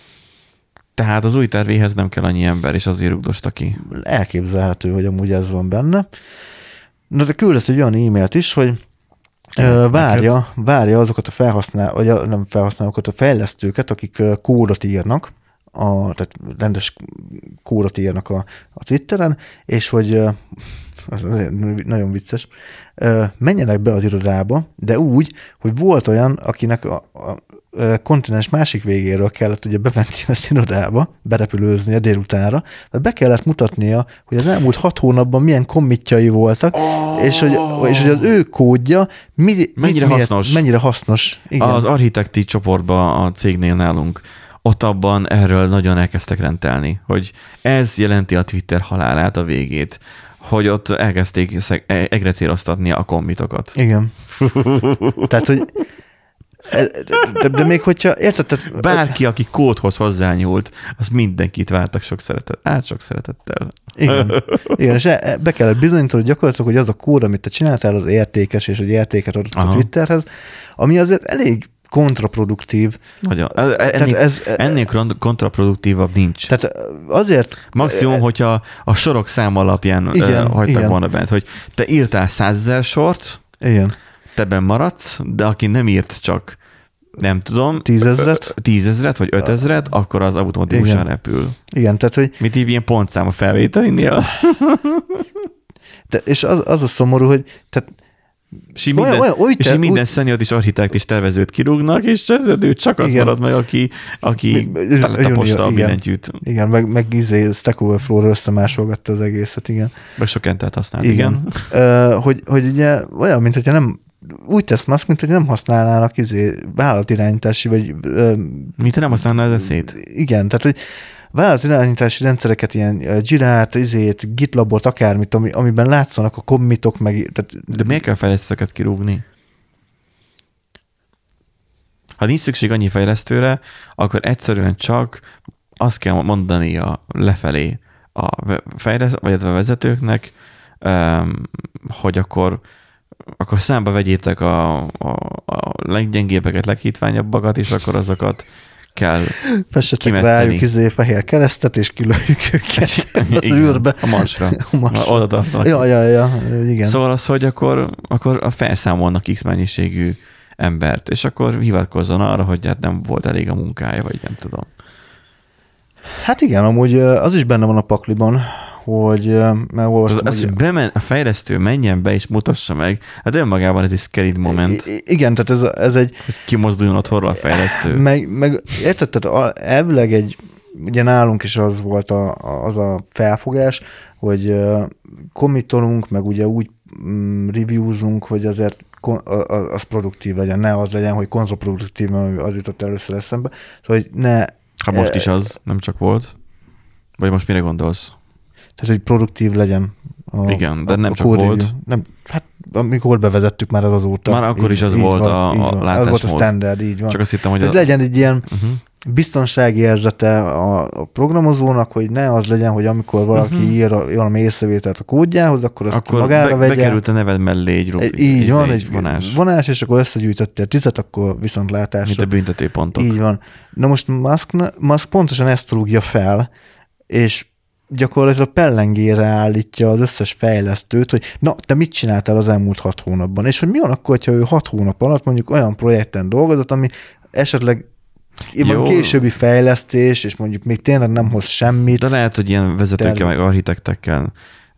Tehát az új tervéhez nem kell annyi ember, és azért rugdosta ki. Elképzelhető, hogy amúgy ez van benne. Na de küldött egy olyan e-mailt is, hogy Várja, várja azokat a felhasználókat, vagy nem felhasználókat, a fejlesztőket, akik kódot írnak, a, tehát rendes kódot írnak a, a Twitteren, és hogy az nagyon vicces, menjenek be az irodába, de úgy, hogy volt olyan, akinek a, a, kontinens másik végéről kellett ugye bevenni az irodába, berepülőznie délutánra, mert be kellett mutatnia, hogy az elmúlt hat hónapban milyen commitjai voltak, oh. és, hogy, és hogy az ő kódja mi, mennyire mit, hasznos. Miért, mennyire hasznos. Igen. Az architekti csoportban a cégnél nálunk, ott abban erről nagyon elkezdtek rendelni, hogy ez jelenti a Twitter halálát, a végét, hogy ott elkezdték egrecéroztatni a kommitokat. Igen. Tehát, hogy de, de még hogyha, érted? Tehát, bárki, aki kódhoz hozzányúlt, az mindenkit vártak sok szeretet, át sok szeretettel. Igen. Igen, és be kellett bizonyítani, hogy gyakorlatilag, hogy az a kód, amit te csináltál, az értékes, és hogy értéket adott Aha. a Twitterhez, ami azért elég kontraproduktív. Nagyon. Ennél, ez, ennél kontraproduktívabb nincs. Tehát azért... Maximum, hogyha a sorok szám alapján igen, hagytak igen. volna bent, hogy te írtál százezer sort, igen. te benn maradsz, de aki nem írt csak, nem tudom, tízezret, tízezret vagy ötezret, akkor az automatikusan igen. repül. Igen, tehát, hogy... Mit így ilyen pontszám a felvételinél? De, és az, az a szomorú, hogy tehát és így minden, olyan, olyan, és te, így minden úgy... senior és architekt és tervezőt kirúgnak, és ő csak az igen. marad meg, aki, aki taposta a billentyűt. Igen, meg, meg izé Stack Overflow-ról összemásolgatta az egészet, igen. Meg sok entert használt, igen. igen. Uh, hogy, hogy ugye olyan, mint hogyha nem úgy tesz Musk, mint hogy nem használnának izé vállalatirányítási, vagy... Uh, mint hogy nem használná az eszét. Igen, tehát, hogy vállalatirányítási rendszereket, ilyen Jirát, izét, GitLabot, akármit, ami, amiben látszanak a commitok, meg... Tehát, de miért kell fejlesztőket kirúgni? Ha nincs szükség annyi fejlesztőre, akkor egyszerűen csak azt kell mondania lefelé a fejleszt, vagy a vezetőknek, hogy akkor, akkor számba vegyétek a, a, a leggyengébbeket, leghitványabbakat, és akkor azokat kell fessetek rájuk izé fehér keresztet, és kilőjük őket az igen, űrbe. A Marsra. A Marsra. Oda tartanak. Ja, ja, ja, igen. Szóval az, hogy akkor, akkor a felszámolnak X mennyiségű embert, és akkor hivatkozzon arra, hogy hát nem volt elég a munkája, vagy nem tudom. Hát igen, amúgy az is benne van a pakliban, hogy megolvastam. Az, az, hogy bemen, a fejlesztő menjen be és mutassa meg, hát önmagában ez egy scary moment. Igen, tehát ez, ez egy... Hogy kimozduljon otthonról a fejlesztő. Meg, meg érted, tehát elvileg egy, ugye nálunk is az volt a, az a felfogás, hogy commitolunk, meg ugye úgy mm, reviewzunk, hogy azért az produktív legyen, ne az legyen, hogy kontraproduktív, mert az jutott először eszembe. Szóval, hogy ne... Hát most is az, nem csak volt. Vagy most mire gondolsz? Tehát, hogy produktív legyen. A, igen, de a, nem a csak volt. Nem, hát amikor bevezettük már az azóta. Már akkor így, is az volt van, a, a látásmód. Az volt a standard, így van. Csak azt hittem, hogy... hogy a... legyen egy ilyen uh-huh. biztonsági érzete a, a programozónak, hogy ne az legyen, hogy amikor valaki uh-huh. ír valami észrevételt a kódjához, akkor azt akkor magára be, vegye. bekerült a neved mellé egy rubik. Így egy van, egy vonás. vonás, és akkor összegyűjtöttél tizet, akkor viszontlátásra. Mint a büntetőpontok. Így van. Na most Musk, Musk pontosan ezt rúgja fel, és gyakorlatilag pellengére állítja az összes fejlesztőt, hogy na, te mit csináltál az elmúlt hat hónapban, és hogy mi van akkor, hogyha ő hat hónap alatt mondjuk olyan projekten dolgozott, ami esetleg van későbbi fejlesztés, és mondjuk még tényleg nem hoz semmit. De lehet, hogy ilyen vezetőkkel, terv... meg architektekkel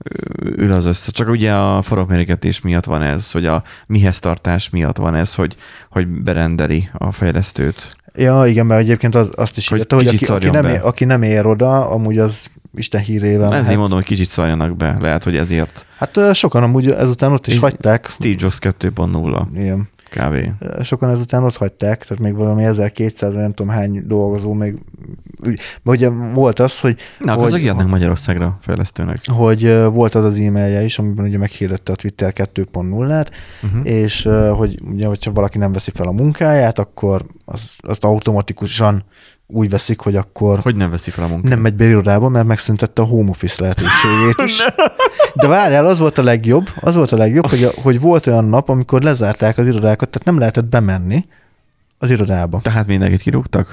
ül az össze. Csak ugye a forogméregetés miatt van ez, hogy a mihez tartás miatt van ez, hogy, hogy berendeli a fejlesztőt. Ja, igen, mert egyébként az, azt is írta, hogy, hogy aki, aki, nem ér, aki nem ér oda, amúgy az Isten hírével. Ezért hát... mondom, hogy kicsit szarjanak be, lehet, hogy ezért. Hát sokan amúgy ezután ott is Ez hagyták. Steve Jobs kettő pont nulla. Igen. Kávé. Sokan ezután ott hagyták, tehát még valami ezerkétszáz, nem tudom hány dolgozó még. Ugye volt az, hogy... Na, akkor azok írnak Magyarországra fejlesztőnek. Hogy volt az az e-mailje is, amiben ugye meghirdette a Twitter kettő pont nullát, uh-huh. és hogy ugye, hogyha valaki nem veszi fel a munkáját, akkor az, azt automatikusan úgy veszik, hogy akkor... Hogy nem veszi fel a munkát? Nem megy be irodába, mert megszüntette a home office lehetőségét is. De várjál, az volt a legjobb, az volt a legjobb, hogy, a, hogy volt olyan nap, amikor lezárták az irodákat, tehát nem lehetett bemenni az irodába. Tehát mindenkit kirúgtak?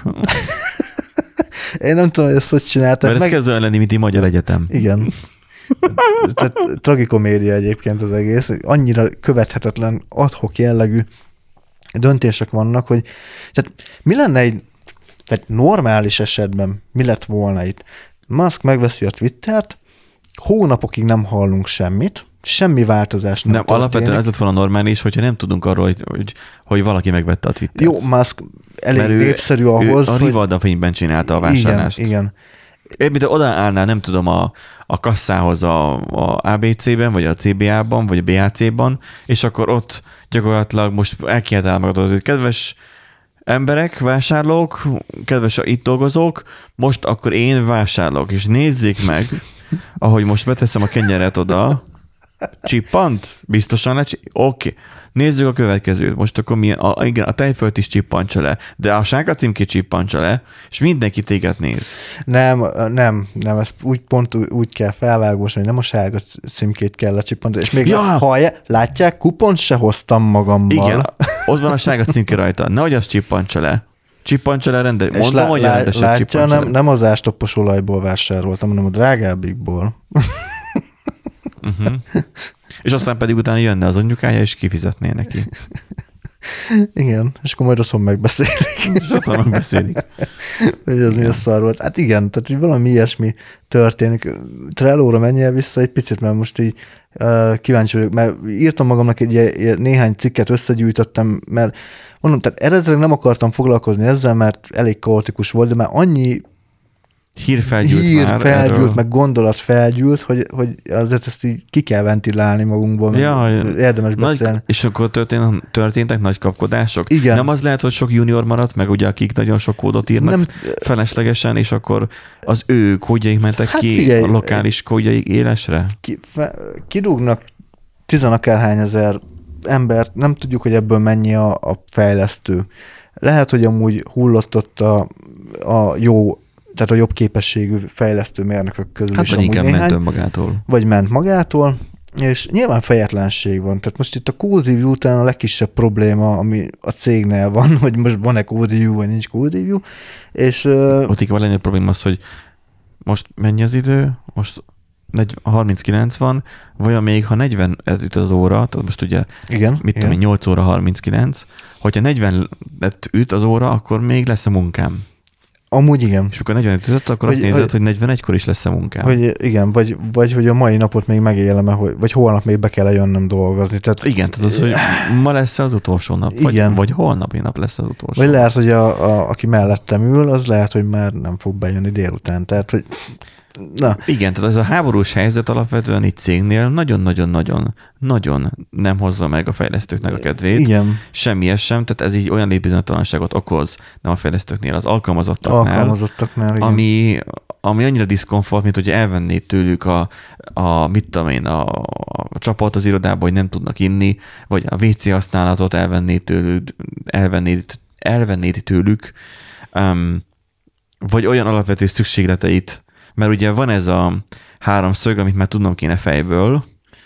Én nem tudom, hogy ezt hogy csinálták. Mert ez meg... kezd olyan lenni, mint egy magyar egyetem. Igen. Tehát tragikomédia egyébként az egész. Annyira követhetetlen, ad-hoc jellegű döntések vannak, hogy tehát mi lenne egy tehát normális esetben mi lett volna itt? Musk megveszi a Twittert, hónapokig nem hallunk semmit, semmi változás nem Nem, történik. alapvetően ez lett volna normális, hogyha nem tudunk arról, hogy, hogy, hogy valaki megvette a Twittert. Jó, Musk elég Mert ő- népszerű ő ahhoz, a hogy... Rivalda fényben csinálta a vásárlást. Igen, igen. Én mint odaállnál, nem tudom, a, a kasszához a, a á bé cé-ben, vagy a cé bé á-ban, vagy a bé á cé-ban, és akkor ott gyakorlatilag most elkiáltál magadod, hogy kedves emberek, vásárlók, kedves itt dolgozók, most akkor én vásárlok, és nézzék meg, ahogy most beteszem a kenyeret oda, csippant? Biztosan le? Oké. Okay. Nézzük a következőt. Most akkor milyen, a, igen, a tejfölt is csippantsa le, de a sárga címkét csippantsa le, és mindenki téged néz. Nem, nem, nem, ezt úgy pont úgy kell felvágósni, hogy nem a sárga címkét kell lecsippantani, és még Ja! hallja, látják, kupont se hoztam magammal. Igen, ott van a sárga címke rajta. Nehogy azt csippantsa le. Csippantsa le rendes. És Mondom, lá, hogy lá, rendeset látja, csippantsa nem, le. nem az ástoppos olajból vásároltam, hanem a drágábbikból. Uh-huh. És aztán pedig utána jönne az anyukája, és kifizetné neki. Igen, és akkor majd otthon megbeszélik. És aztán megbeszélik. Hogy ez mi a szar volt. Hát igen, tehát hogy valami ilyesmi történik. Trello-ra menjél vissza egy picit, mert most így uh, kíváncsi vagyok, mert írtam magamnak egy ilyen- néhány cikket, összegyűjtöttem, mert mondom, tehát eredetileg nem akartam foglalkozni ezzel, mert elég kaotikus volt, de már annyi Hír felgyűlt hír már felgyűlt, erről. meg gondolat felgyűlt, hogy, hogy azért ezt így ki kell ventilálni magunkból, meg Ja, érdemes beszélni. Nagy, és akkor történt, történtek nagy kapkodások? Igen. Nem az lehet, hogy sok junior maradt meg, ugye, akik nagyon sok kódot írnak Nem- nem, feleslegesen, és akkor az ő kódjaik mentek Hát ki, figyelj, a lokális kódjaik élesre? Ki, fe, kirúgnak tizenakárhány ezer embert, nem tudjuk, hogy ebből mennyi a, a fejlesztő. Lehet, hogy amúgy hullott ott a, a jó, tehát a jobb képességű fejlesztő mérnökök közül Hát is vagy amúgy inkább néhány, ment önmagától. vagy ment magától, és nyilván fejetlenség van. Tehát most itt a code review után a legkisebb probléma, ami a cégnél van, hogy most van-e code review, vagy nincs code review, és uh, Ott inkább a legnagyobb probléma az, hogy most mennyi az idő? Most harminckilenc van, vagy még ha negyven ez üt az óra, tehát most ugye, igen, mit igen. tudom én, nyolc óra harminckilenc, hogyha negyven üt az óra, akkor még lesz a munkám. Amúgy igen. És akkor negyvenöt ütött, akkor Hogy- azt nézed, hogy- hogy negyvenegykor is lesz a munkám. Hogy igen, vagy, vagy hogy a mai napot még megélem, hogy, vagy holnap még be kell jönnöm dolgozni. Tehát, Igen, tehát az, hogy ma lesz az utolsó nap, vagy, Igen. vagy holnapi nap lesz az utolsó. vagy lehet, hogy a, a, aki mellettem ül, az lehet, hogy már nem fog bejönni délután. Tehát, hogy na, Igen, tehát ez a háborús helyzet alapvetően itt cégnél nagyon-nagyon-nagyon nagyon nem hozza meg a fejlesztőknek a kedvét. igen, Semmi sem, tehát ez így olyan létbizonytalanságot okoz, nem a fejlesztőknél, az alkalmazottaknál, alkalmazottaknál, igen. ami, ami annyira diszkomfort, mint hogy elvennéd tőlük a, a mit tudom én, a, a csapat az irodába, hogy nem tudnak inni, vagy a vé cé használatot elvennéd tőlük, elvennéd, elvennéd tőlük, um, vagy olyan alapvető szükségleteit, mert ugye van ez a háromszög, amit már tudnom kéne fejből.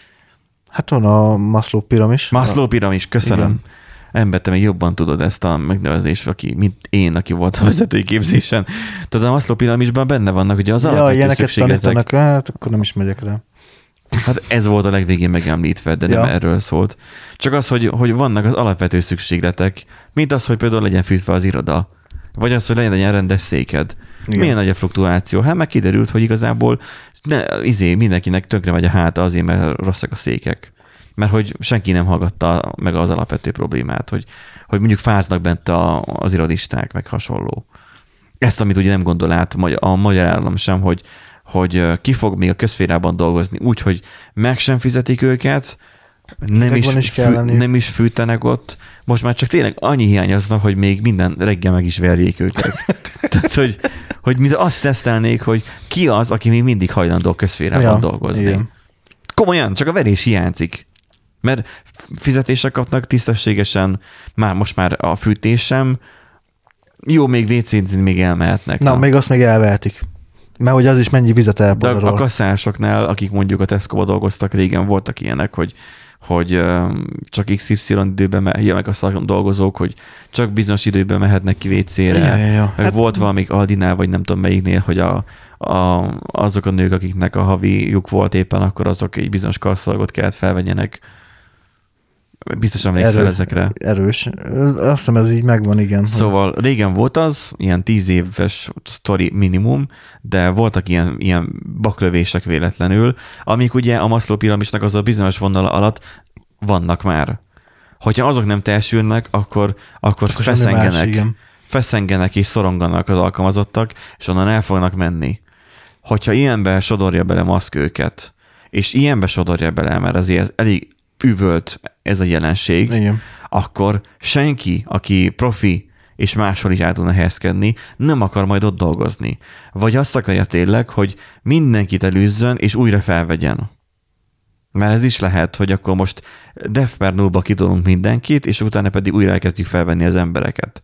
Hát van a Maslow piramis. Maslow piramis, köszönöm. Igen. Ember, te még jobban tudod ezt a megnevezést, aki, mint én, aki volt a vezetői képzésen. Tehát a Maslow piramisban benne vannak ugye az Ja, alapvető ilyeneket szükségletek. tanítanak, hát akkor nem is megyek rá. Hát ez volt a legvégén megemlítve, de nem Ja. erről szólt. Csak az, hogy, hogy vannak az alapvető szükségletek, mint az, hogy például legyen fűtve az iroda, vagy az, hogy legyen, legyen rendes széked. Igen. Milyen nagy a fluktuáció? Hát meg kiderült, hogy igazából ne, izé, mindenkinek tönkre megy a háta azért, mert rosszak a székek. Mert hogy senki nem hallgatta meg az alapvető problémát, hogy, hogy mondjuk fáznak bent a, az irodisták, meg hasonló. Ezt, amit ugye nem gondol át a magyar állam sem, hogy, hogy ki fog még a közférában dolgozni úgy, hogy meg sem fizetik őket, nem is, is fű, kell lenniük. nem is fűtenek ott. Most már csak tényleg annyi hiányoznak, hogy még minden reggel meg is verjék őket. Tehát, hogy, hogy mint azt tesztelnék, hogy ki az, aki még mindig hajlandó közférában Ja, dolgozni. igen. Komolyan, csak a verés hiányzik. Mert fizetések kapnak tisztességesen, már most már a fűtés sem. Jó, még vécézni még elmehetnek. Na, még azt még elvehetik. Mert hogy az is mennyi vizet De a, a elpadarol. kasszásoknál, akik mondjuk a Tesco-ba dolgoztak régen, voltak ilyenek, hogy, hogy öm, csak iksz ipszilon időben me- ja, meg a szakdolgozók, hogy csak bizonyos időben mehetnek ki vécére. Ja, ja, ja. Meg Hát- volt valamik Aldinál, vagy nem tudom melyiknél, hogy a, a, azok a nők, akiknek a havijuk volt éppen, akkor azok egy bizonyos karszalagot kellett felvegyenek. Biztos emlékszel Erő, ezekre. Erős. Azt hiszem ez így megvan, igen. Szóval régen volt az, ilyen tíz éves sztori minimum, de voltak ilyen, ilyen baklövések véletlenül, amik ugye a Maslow piramisnak az a bizonyos vonala alatt vannak már. Hogyha azok nem teljesülnek, akkor, akkor, akkor feszengenek, más, feszengenek és szoronganak az alkalmazottak, és onnan el fognak menni. Hogyha ilyenbe sodorja bele Musk őket, és ilyenbe sodorja bele, mert azért elég üvölt ez a jelenség, igen. Akkor senki, aki profi és máshol is el tudna helyezkedni, nem akar majd ott dolgozni. Vagy azt akarja tényleg, hogy mindenkit elűzzön és újra felvegyen. Mert ez is lehet, hogy akkor most def per nullba kitolunk mindenkit, és utána pedig újra elkezdjük felvenni az embereket.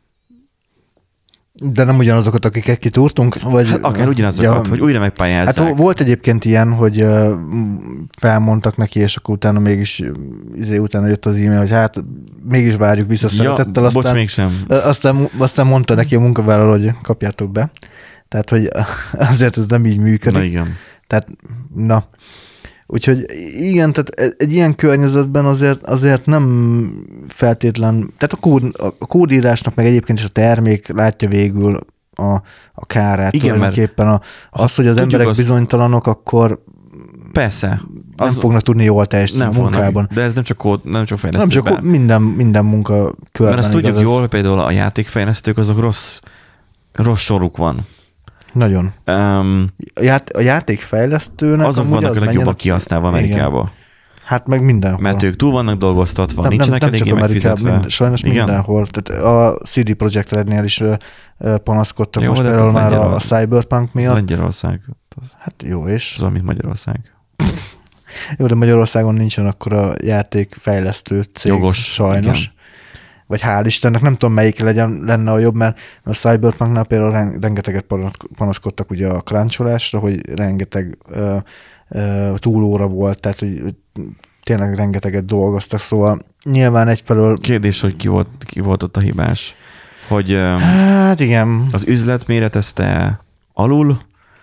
De nem ugyanazokat, akiket kitúrtunk? Vagy... Hát akár ugyanazokat, ja, hogy újra megpályázzák. Hát volt egyébként ilyen, hogy felmondtak neki, és akkor utána mégis izé utána jött az e-mail, hogy hát mégis várjuk vissza szeretettel. Ja, aztán, bocs, mégsem. Aztán, aztán mondta neki a munkavállaló, hogy kapjátok be. Tehát, hogy azért ez nem így működik. Na igen. Tehát, na... Úgyhogy igen, tehát egy ilyen környezetben azért, azért nem feltétlen, tehát a, kód, a kódírásnak meg egyébként is a termék látja végül a, a kárát. Igen, tulajdonképpen a, az, hogy az emberek azt... bizonytalanok, akkor persze. Nem az fognak tudni jól teljesíteni a munkában. Fognak, de ez nem csak kód, nem csak fejlesztőben. Nem csak minden, minden munka körben. Mert azt tudjuk ez... jól, például a játékfejlesztők, azok rossz, rossz soruk van. Nagyon. Um, a, ját, a játékfejlesztőnek... Azok vannak az a legjobban kihasználva Amerikában. Hát meg mindenhol. Mert ők túl vannak dolgoztatva, nem, nincsenek nem, nem eléggé megfizetve. Mind, sajnos igen? Mindenhol. Tehát a cé dé Projekt Rednél is uh, panaszkodtak jó, most például már a, a Cyberpunk miatt. Ez Lengyelország. Az, hát jó, és? Az, mint Magyarország. Jó, de Magyarországon nincsen akkor a játékfejlesztő cég. Jogos, sajnos. Igen. Vagy hál' Istennek, nem tudom melyik legyen, lenne a jobb, mert a Cyberpunknál például rengeteget panaszkodtak ugye a cruncholásra, hogy rengeteg uh, uh, túlóra volt, tehát hogy tényleg rengeteget dolgoztak, szóval nyilván egyfelől... Kérdés, hogy ki volt, ki volt ott a hibás? Hogy um, hát igen. Az üzlet méretezte alul,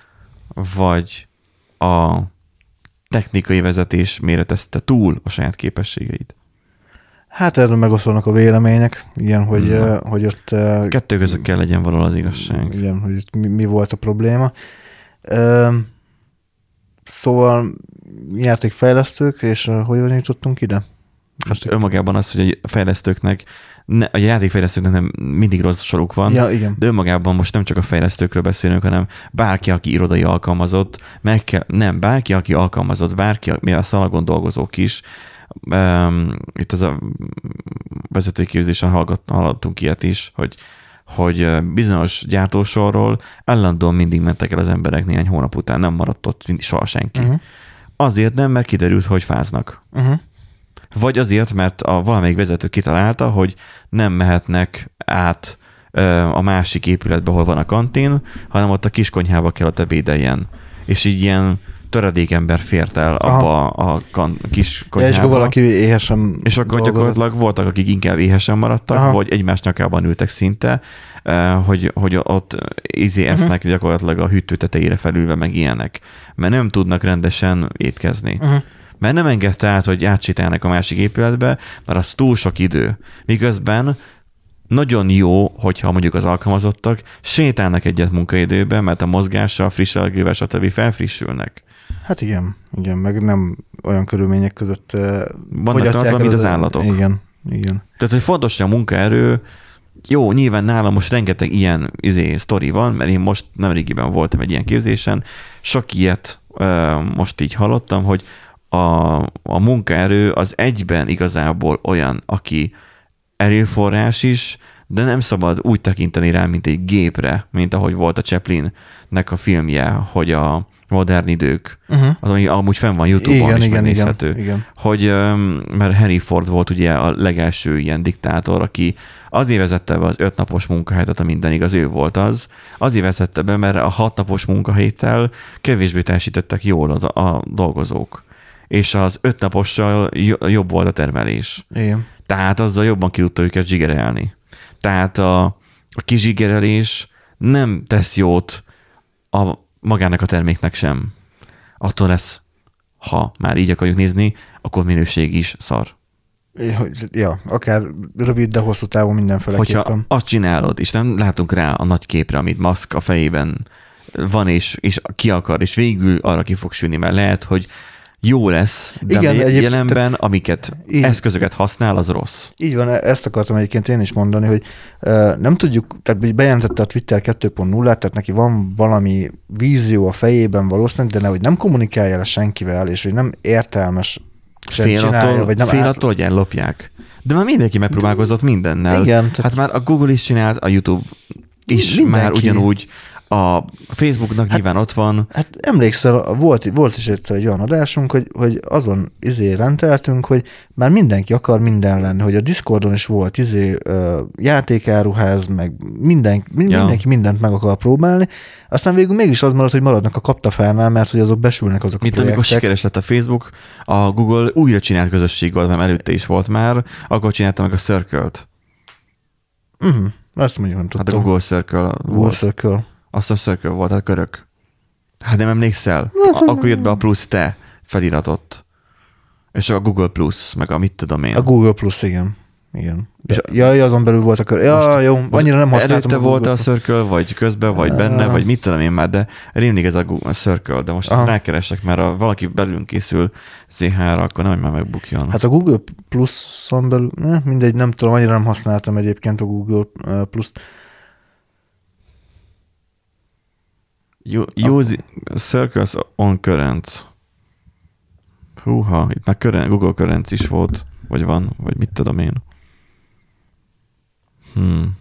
vagy a technikai vezetés méretezte túl a saját képességeit? Hát erről megoszolnak a vélemények, igen, hogy, uh, hogy ott... Uh, Kettő között kell legyen valahol az igazság. Igen, hogy ott mi, mi volt a probléma. Uh, szóval játékfejlesztők, és uh, hogy jutottunk ide? Hát önmagában az, hogy a fejlesztőknek, ne, a játékfejlesztőknek nem mindig rossz soruk van, ja, igen. De önmagában most nem csak a fejlesztőkről beszélünk, hanem bárki, aki irodai alkalmazott, meg kell, nem, bárki, aki alkalmazott, bárki, mi a szalagon dolgozók is. Um, itt az a vezetői képzésen hallottunk ilyet is, hogy, hogy bizonyos gyártósorról állandóan mindig mentek el az emberek néhány hónap után, nem maradt ott soha senki. Uh-huh. Azért nem, mert kiderült, hogy fáznak. Uh-huh. Vagy azért, mert a valamelyik vezető kitalálta, hogy nem mehetnek át a másik épületbe, ahol van a kantin, hanem ott a kiskonyhába kell ott ebédeljen. És így ilyen töredékember fért el abba a, a kis konyhába. És akkor valaki éhesen És akkor dolgozott. Gyakorlatilag voltak, akik inkább éhesen maradtak, aha, vagy egymás nyakában ültek szinte, hogy, hogy ott izé esznek uh-huh. gyakorlatilag a hűtő tetejére felülve, meg ilyenek. Mert nem tudnak rendesen étkezni. Uh-huh. Mert nem engedte át, hogy átsétálnak a másik épületbe, mert az túl sok idő. Miközben nagyon jó, hogyha mondjuk az alkalmazottak sétálnak egyet munkaidőben, mert a mozgással, friss levegővel, stb. Felfrissülnek. Hát igen, igen, meg nem olyan körülmények között vannak tartva, mint az állatok. Igen, igen. Tehát, hogy fontos, hogy a munkaerő, jó, nyilván nálam most rengeteg ilyen izé, sztori van, mert én most nemrégiben voltam egy ilyen képzésen, sok ilyet uh, most így hallottam, hogy a, a munkaerő az egyben igazából olyan, aki erőforrás is, de nem szabad úgy tekinteni rá, mint egy gépre, mint ahogy volt a Chaplinnek a filmje, hogy a modern idők, uh-huh. az, ami amúgy fenn van YouTube-on igen, is igen, megnézhető, igen, igen. hogy, mert Henry Ford volt ugye a legelső ilyen diktátor, aki azért vezette be az ötnapos munkahelyet, a minden igaz, ő volt az, azért vezette be, mert a hatnapos munkahéttel kevésbé teljesítettek jól az a, a dolgozók, és az ötnapossal jobb volt a termelés. Igen. Tehát azzal jobban ki tudta őket zsigerelni. Tehát a, a kizsigerelés nem tesz jót a magának a terméknek sem. Attól lesz, ha már így akarjuk nézni, akkor minőség is szar. Ja, akár rövid, de hosszú távon mindenféleképpen. Hogyha azt csinálod, és nem látunk rá a nagy képre, amit Musk a fejében van, és, és ki akar, és végül arra ki fog sülni, mert lehet, hogy jó lesz, de igen, jelenben, te... amiket így, eszközöket használ, az rossz. Így van, ezt akartam egyébként én is mondani, hogy uh, nem tudjuk, tehát bejelentette a Twitter kettő pont nullát, tehát neki van valami vízió a fejében valószínűleg, de ne, hogy nem kommunikálja le senkivel, és hogy nem értelmes sem fél csinálja, attól, vagy nem fél át... attól, hogy ellopják. De már mindenki megpróbálkozott mindennel. Igen. Tehát... Hát már a Google is csinált, a YouTube is mindenki. Már ugyanúgy, a Facebooknak hát, nyilván ott van. Hát emlékszel, volt, volt is egyszer egy olyan adásunk, hogy, hogy azon izé rendeltünk, hogy már mindenki akar minden lenni, hogy a Discordon is volt izé játékáruház, meg minden, ja. mindenki mindent meg akar próbálni, aztán végül mégis az maradt, hogy maradnak a kaptafánál, mert hogy azok besülnek azok a Mit projektek. amikor sikeres lett a Facebook, a Google újra csinált közösség volt, mert előtte is volt már, akkor csinálta meg a Circle-t. Uh-huh. Ezt mondjuk nem tudtam. Hát a Google Circle Google volt. Circle. Azt a Circle volt, a körök. Hát nem emlékszel? Akkor jött be a plusz te feliratot. És a Google Plus, meg a mit tudom én. A Google Plus, igen. Igen. És jaj, azon belül volt a kör. Ja, most, jó, annyira nem használtam. Előtte a volt a Circle, vagy közben, vagy benne, vagy mit tudom én már, de rémlik ez a Google Circle, de most ezt rákeresek, mert ha valaki belül készül zé há-ra, akkor nem, hogy már megbukjon. Hát a Google Plus-on belül, ne, mindegy, nem tudom, annyira nem használtam egyébként a Google Plus-t. Use Circles on Currents. Húha, itt már current, Google Currents is volt, vagy van, vagy mit tudom én. Hmm.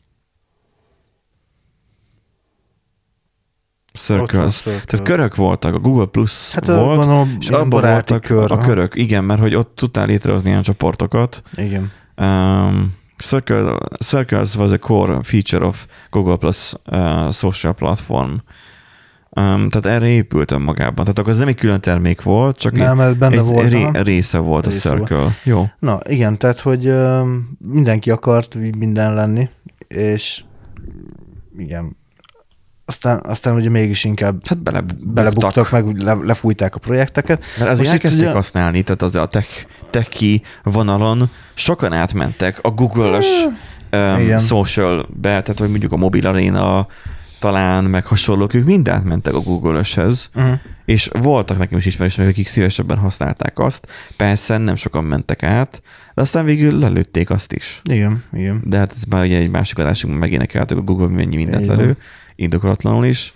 Circles. Tehát körök voltak, a Google Plus hát volt, gondolom, és abban voltak kör, a körök. Igen, mert hogy ott tudtál létrehozni ilyen csoportokat. Igen. Um, Circle, Circles was a core feature of Google Plus uh, social platform. Um, tehát erre épült önmagában. Tehát akkor ez nem egy külön termék volt, csak nem, egy, benne egy volt, ré, része volt része a Circle. Volt. Jó. Na igen, tehát hogy uh, mindenki akart minden lenni, és igen, aztán, aztán ugye mégis inkább hát bele, belebuktak, meg le, lefújták a projekteket. Mert azért elkezdték ugye... használni, tehát az a tech, techi vonalon sokan átmentek a Google-ös um, social-be, tehát hogy mondjuk a Mobil Arena talán, meg hasonlók, ők mind átmentek a Google-öshez, uh-huh. és voltak nekem is ismerősök, akik szívesebben használták azt. Persze nem sokan mentek át, de aztán végül lelőtték azt is. Igen, igen. De hát ez már ugye egy másik adásunkban megénekeltük, a Google mennyi mindent igen. lelő, indokolatlanul is.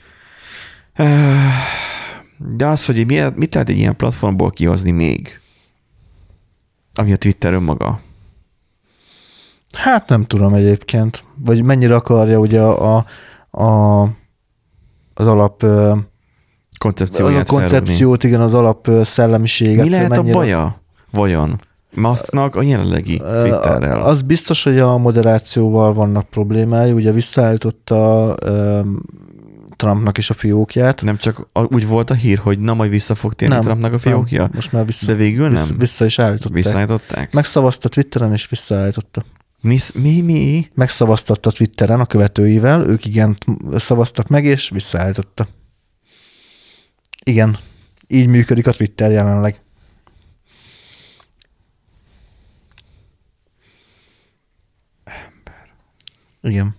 De az, hogy mit, mit lehet egy ilyen platformból kihozni még, ami a Twitter önmaga? Hát nem tudom egyébként. Vagy mennyire akarja ugye a, a A, az alap koncepcióját a koncepciót, felrúgni. Igen, az alap szellemiséget. Mi lehet mennyire... a baja? Vajon? Musknak a jelenlegi Twitterrel? Az biztos, hogy a moderációval vannak problémái. Ugye visszaállította um, Trumpnak is a fiókját. Nem csak úgy volt a hír, hogy na majd vissza fog térni nem, Trumpnak a fiókja? Nem, most már vissza, de végül nem? Vissza, vissza is állították. Visszaállították? Megszavazta Twitteren és visszaállította. Mi, mi, mi? Megszavaztatta Twitteren a követőivel, ők igen szavaztak meg, és visszaállította. Igen, így működik a Twitter jelenleg. Ember. Igen.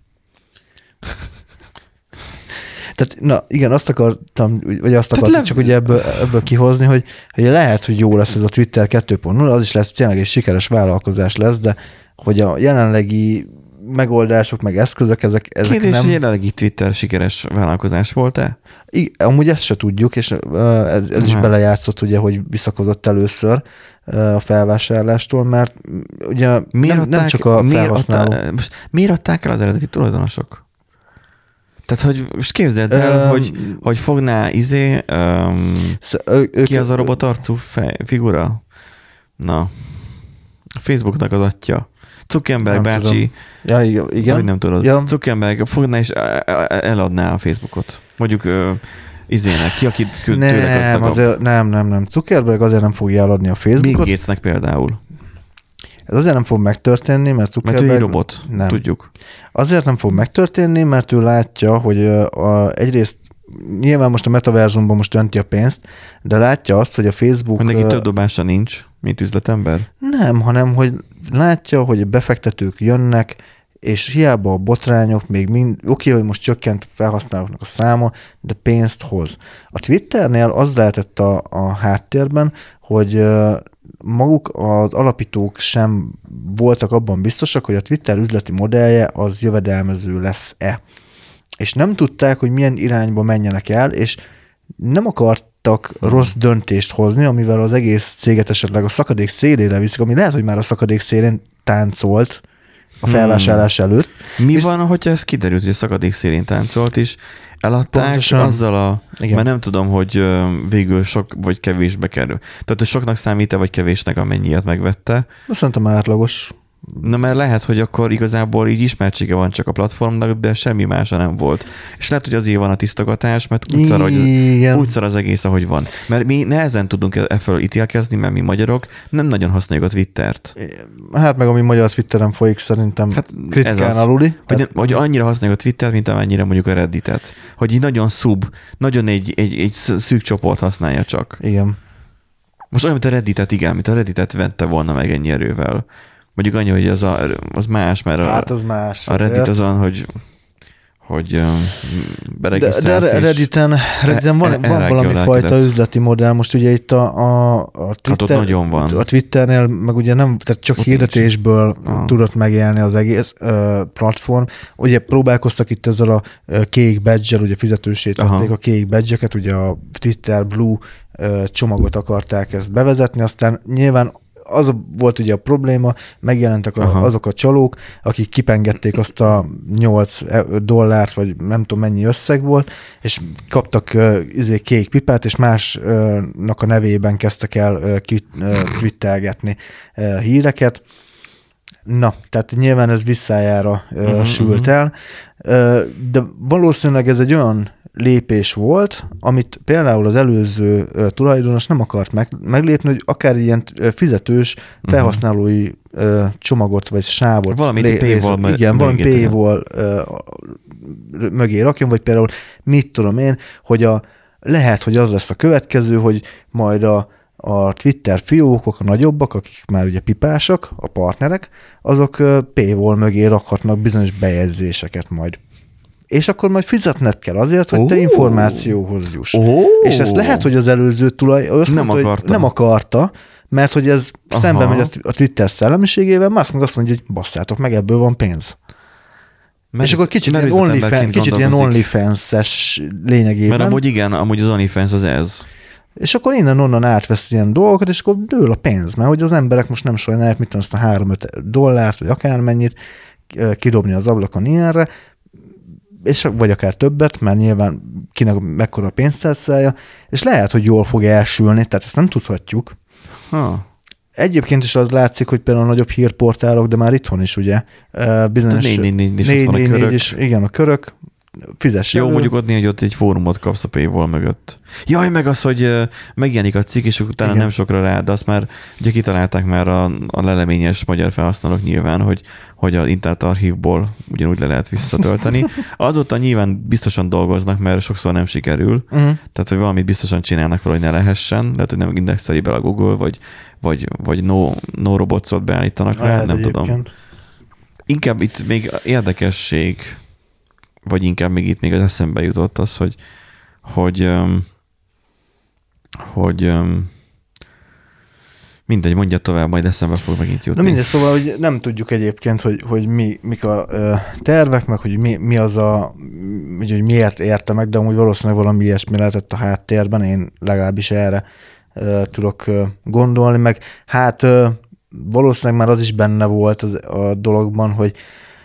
Tehát, na igen, azt akartam, vagy azt akartam le... csak ugye ebből, ebből kihozni, hogy, hogy lehet, hogy jó lesz ez a Twitter kettő pont nulla, az is lesz, tényleg egy sikeres vállalkozás lesz, de hogy a jelenlegi megoldások, meg eszközök, ezek, ezek Kérdés, nem... hogy jelenlegi Twitter sikeres vállalkozás volt-e? I, amúgy ezt se tudjuk, és ez, ez is belejátszott, ugye, hogy visszakozott először a felvásárlástól, mert ugye miért nem, adták, nem csak a felhasználó... Miért, adták, most miért adták el az eredeti tulajdonosok? Tehát, hogy most képzeld el, um, hogy, hogy fogná izé, um, ő, ki az a robotarcú fej, figura? Na, a Facebooknak az atya. Zuckerberg bácsi. Ja, igen. Vagy nem tudod. Ja. Zuckerberg fogná és eladná a Facebookot. Mondjuk uh, izének, ki, akit tőle nem, azért, nem, nem, nem. Zuckerberg azért nem fogja eladni a Facebookot. Bill Gatesnek például. Ez azért nem fog megtörténni, mert Zuckerberg... Mert ő egy robot, nem. Tudjuk. Azért nem fog megtörténni, mert ő látja, hogy a, egyrészt nyilván most a metaverzumban most önti a pénzt, de látja azt, hogy a Facebook... Hogy neki több dobása nincs, mint üzletember? Nem, hanem hogy látja, hogy a befektetők jönnek, és hiába a botrányok, még mind, oké, hogy most csökkent a felhasználóknak a száma, de pénzt hoz. A Twitternél az lehetett a, a háttérben, hogy maguk az alapítók sem voltak abban biztosak, hogy a Twitter üzleti modellje az jövedelmező lesz-e. És nem tudták, hogy milyen irányba menjenek el, és nem akartak rossz döntést hozni, amivel az egész céget esetleg a szakadék szélére viszik, ami lehet, hogy már a szakadék szélén táncolt a felvásárlás előtt. Mi és van, hogyha ez kiderült, hogy a szakadék szélén táncolt is, eladták pontosan, azzal a... Igen. Mert nem tudom, hogy végül sok vagy kevésbe kerül. Tehát, hogy soknak számít-e, vagy kevésnek, amennyiet megvette. Szerintem átlagos. Na, mert lehet, hogy akkor igazából így ismertsége van csak a platformnak, de semmi mása nem volt. És lehet, hogy azért van a tisztogatás, mert úgy szar, hogy úgy szar az egész, ahogy van. Mert mi nehezen tudunk e felől ítélkezni, mert mi magyarok nem nagyon használjuk a Twittert. Hát meg ami magyar Twitteren folyik, szerintem hát kritikán aluli. Hogy, tehát... hogy annyira használjuk a Twittert, mint amennyire mondjuk a Redditet. Hogy így nagyon szub, nagyon egy, egy, egy szűk csoport használja csak. Igen. Most olyan, mint a Redditet, igen, mint a Redditet vette volna meg ennyi erővel. Mondjuk annyi, hogy az, a, az más, mert hát az más, a Reddit az olyan, hogy, hogy beregisztrálsz. De, de Redditen, Redditen van, e, van valami fajta üzleti modell. Most ugye itt a, a, a, Twitter, hát nagyon van. a Twitternél meg ugye nem, tehát csak ott hirdetésből nincs. Tudott megélni az egész uh, platform. Ugye próbálkoztak itt ezzel a uh, kék badge-el, ugye fizetősét tették a kék badge-eket, ugye a Twitter Blue uh, csomagot akarták ezt bevezetni, aztán nyilván az volt ugye a probléma, megjelentek a, azok a csalók, akik kipengették azt a nyolc dollárt, vagy nem tudom mennyi összeg volt, és kaptak uh, izé kék pipát, és másnak a nevében kezdtek el uh, ki, uh, twittelgetni uh, híreket. Na, tehát nyilván ez visszájára uh, uh-huh, sült el, uh, de valószínűleg ez egy olyan lépés volt, amit például az előző uh, tulajdonos nem akart meg, meglépni, hogy akár ilyen uh, fizetős felhasználói uh, csomagot vagy sávot. Valamit lé- paywall igen, valami paywall uh, mögé rakjon, vagy például mit tudom én, hogy a, lehet, hogy az lesz a következő, hogy majd a a Twitter fiókok, a nagyobbak, akik már ugye pipásak, a partnerek, azok uh, paywall mögé rakhatnak bizonyos bejegyzéseket majd. És akkor majd fizetned kell azért, hogy oh. te információhoz juss. Oh. És ezt lehet, hogy az előző tulaj azt nem, mondta, akarta. Hogy nem akarta, mert hogy ez Aha. szemben megy a Twitter szellemiségével, más meg azt mondja, hogy basszátok meg, ebből van pénz. Mert és akkor kicsit ilyen, OnlyFans, kicsit ilyen OnlyFans-es lényegében. Mert amúgy igen, amúgy az OnlyFans az ez. És akkor innen-onnan átvesz ilyen dolgokat, és akkor dől a pénz, mert hogy az emberek most nem sajnálják, mit tudom, azt a három-öt dollárt, vagy akármennyit kidobni az ablakon ilyenre, és, vagy akár többet, mert nyilván kinek mekkora pénztárcája, és lehet, hogy jól fog elsülni, tehát ezt nem tudhatjuk. Ha. Egyébként is az látszik, hogy például a nagyobb hírportálok, de már itthon is ugye, bizonyos... négy négy négy is négy, van a körök. Is, igen, a körök, fizess Jó, elő. mondjuk ott néha, hogy ott egy fórumot kapsz a paywall mögött. Jaj, meg az, hogy megjelenik a cikk, és utána igen. nem sokra rá, de azt már ugye kitalálták már a, a leleményes magyar felhasználók nyilván, hogy, hogy az internet archívból ugyanúgy le lehet visszatölteni. Azóta nyilván biztosan dolgoznak, mert sokszor nem sikerül, uh-huh. tehát hogy valamit biztosan csinálnak fel, hogy ne lehessen, lehet, hogy nem indexeli be a Google, vagy, vagy, vagy no, no robotsot beállítanak rá, nem egyébként. Tudom. Inkább itt még érdekesség, vagy inkább még itt még az eszembe jutott az, hogy hogy, hogy mindegy, mondja tovább, majd eszembe fog megint jutni. Na mindegy, szóval, hogy nem tudjuk egyébként, hogy, hogy mi, mik a tervek, meg hogy mi, mi az a, hogy miért érte meg, de amúgy valószínűleg valami ilyesmi lehetett a háttérben, én legalábbis erre tudok gondolni, meg hát valószínűleg már az is benne volt az, a dologban, hogy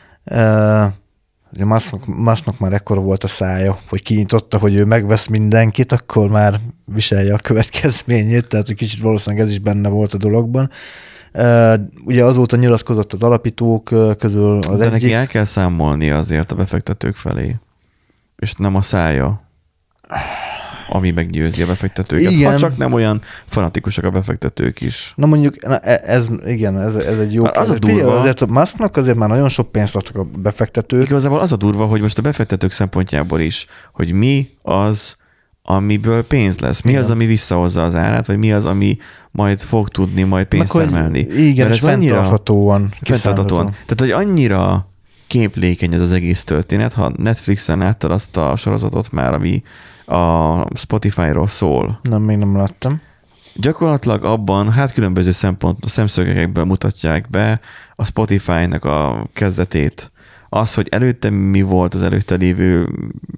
ugye Musknak, Musknak már ekkora volt a szája, hogy kinyitotta, hogy ő megvesz mindenkit, akkor már viselje a következményét, tehát hogy kicsit valószínűleg ez is benne volt a dologban. Ugye azóta nyilatkozott az alapítók közül az De egyik... neki el kell számolni azért a befektetők felé, és nem a szája. ami meggyőzi a befektetőket. Igen. Ha csak nem olyan fanatikusak a befektetők is. Na mondjuk, na ez, igen, ez, ez egy jó... Az ez a durva. Azért a Musknak azért már nagyon sok pénzt adtak a befektetők. Igazából az a durva, hogy most a befektetők szempontjából is, hogy mi az, amiből pénz lesz. Mi igen. az, ami visszahozza az árát, vagy mi az, ami majd fog tudni majd pénzt Meg, termelni. Igen, Mert és fenntarthatóan. Fenntarthatóan. Tehát, hogy annyira képlékeny ez az egész történet, ha Netflixen láttad azt a sorozatot már, ami a Spotify-ról szól. Nem, még nem láttam. Gyakorlatilag abban, hát különböző szempont, szemszögekből mutatják be a Spotify-nak a kezdetét. Az, hogy előtte mi volt az előtte lévő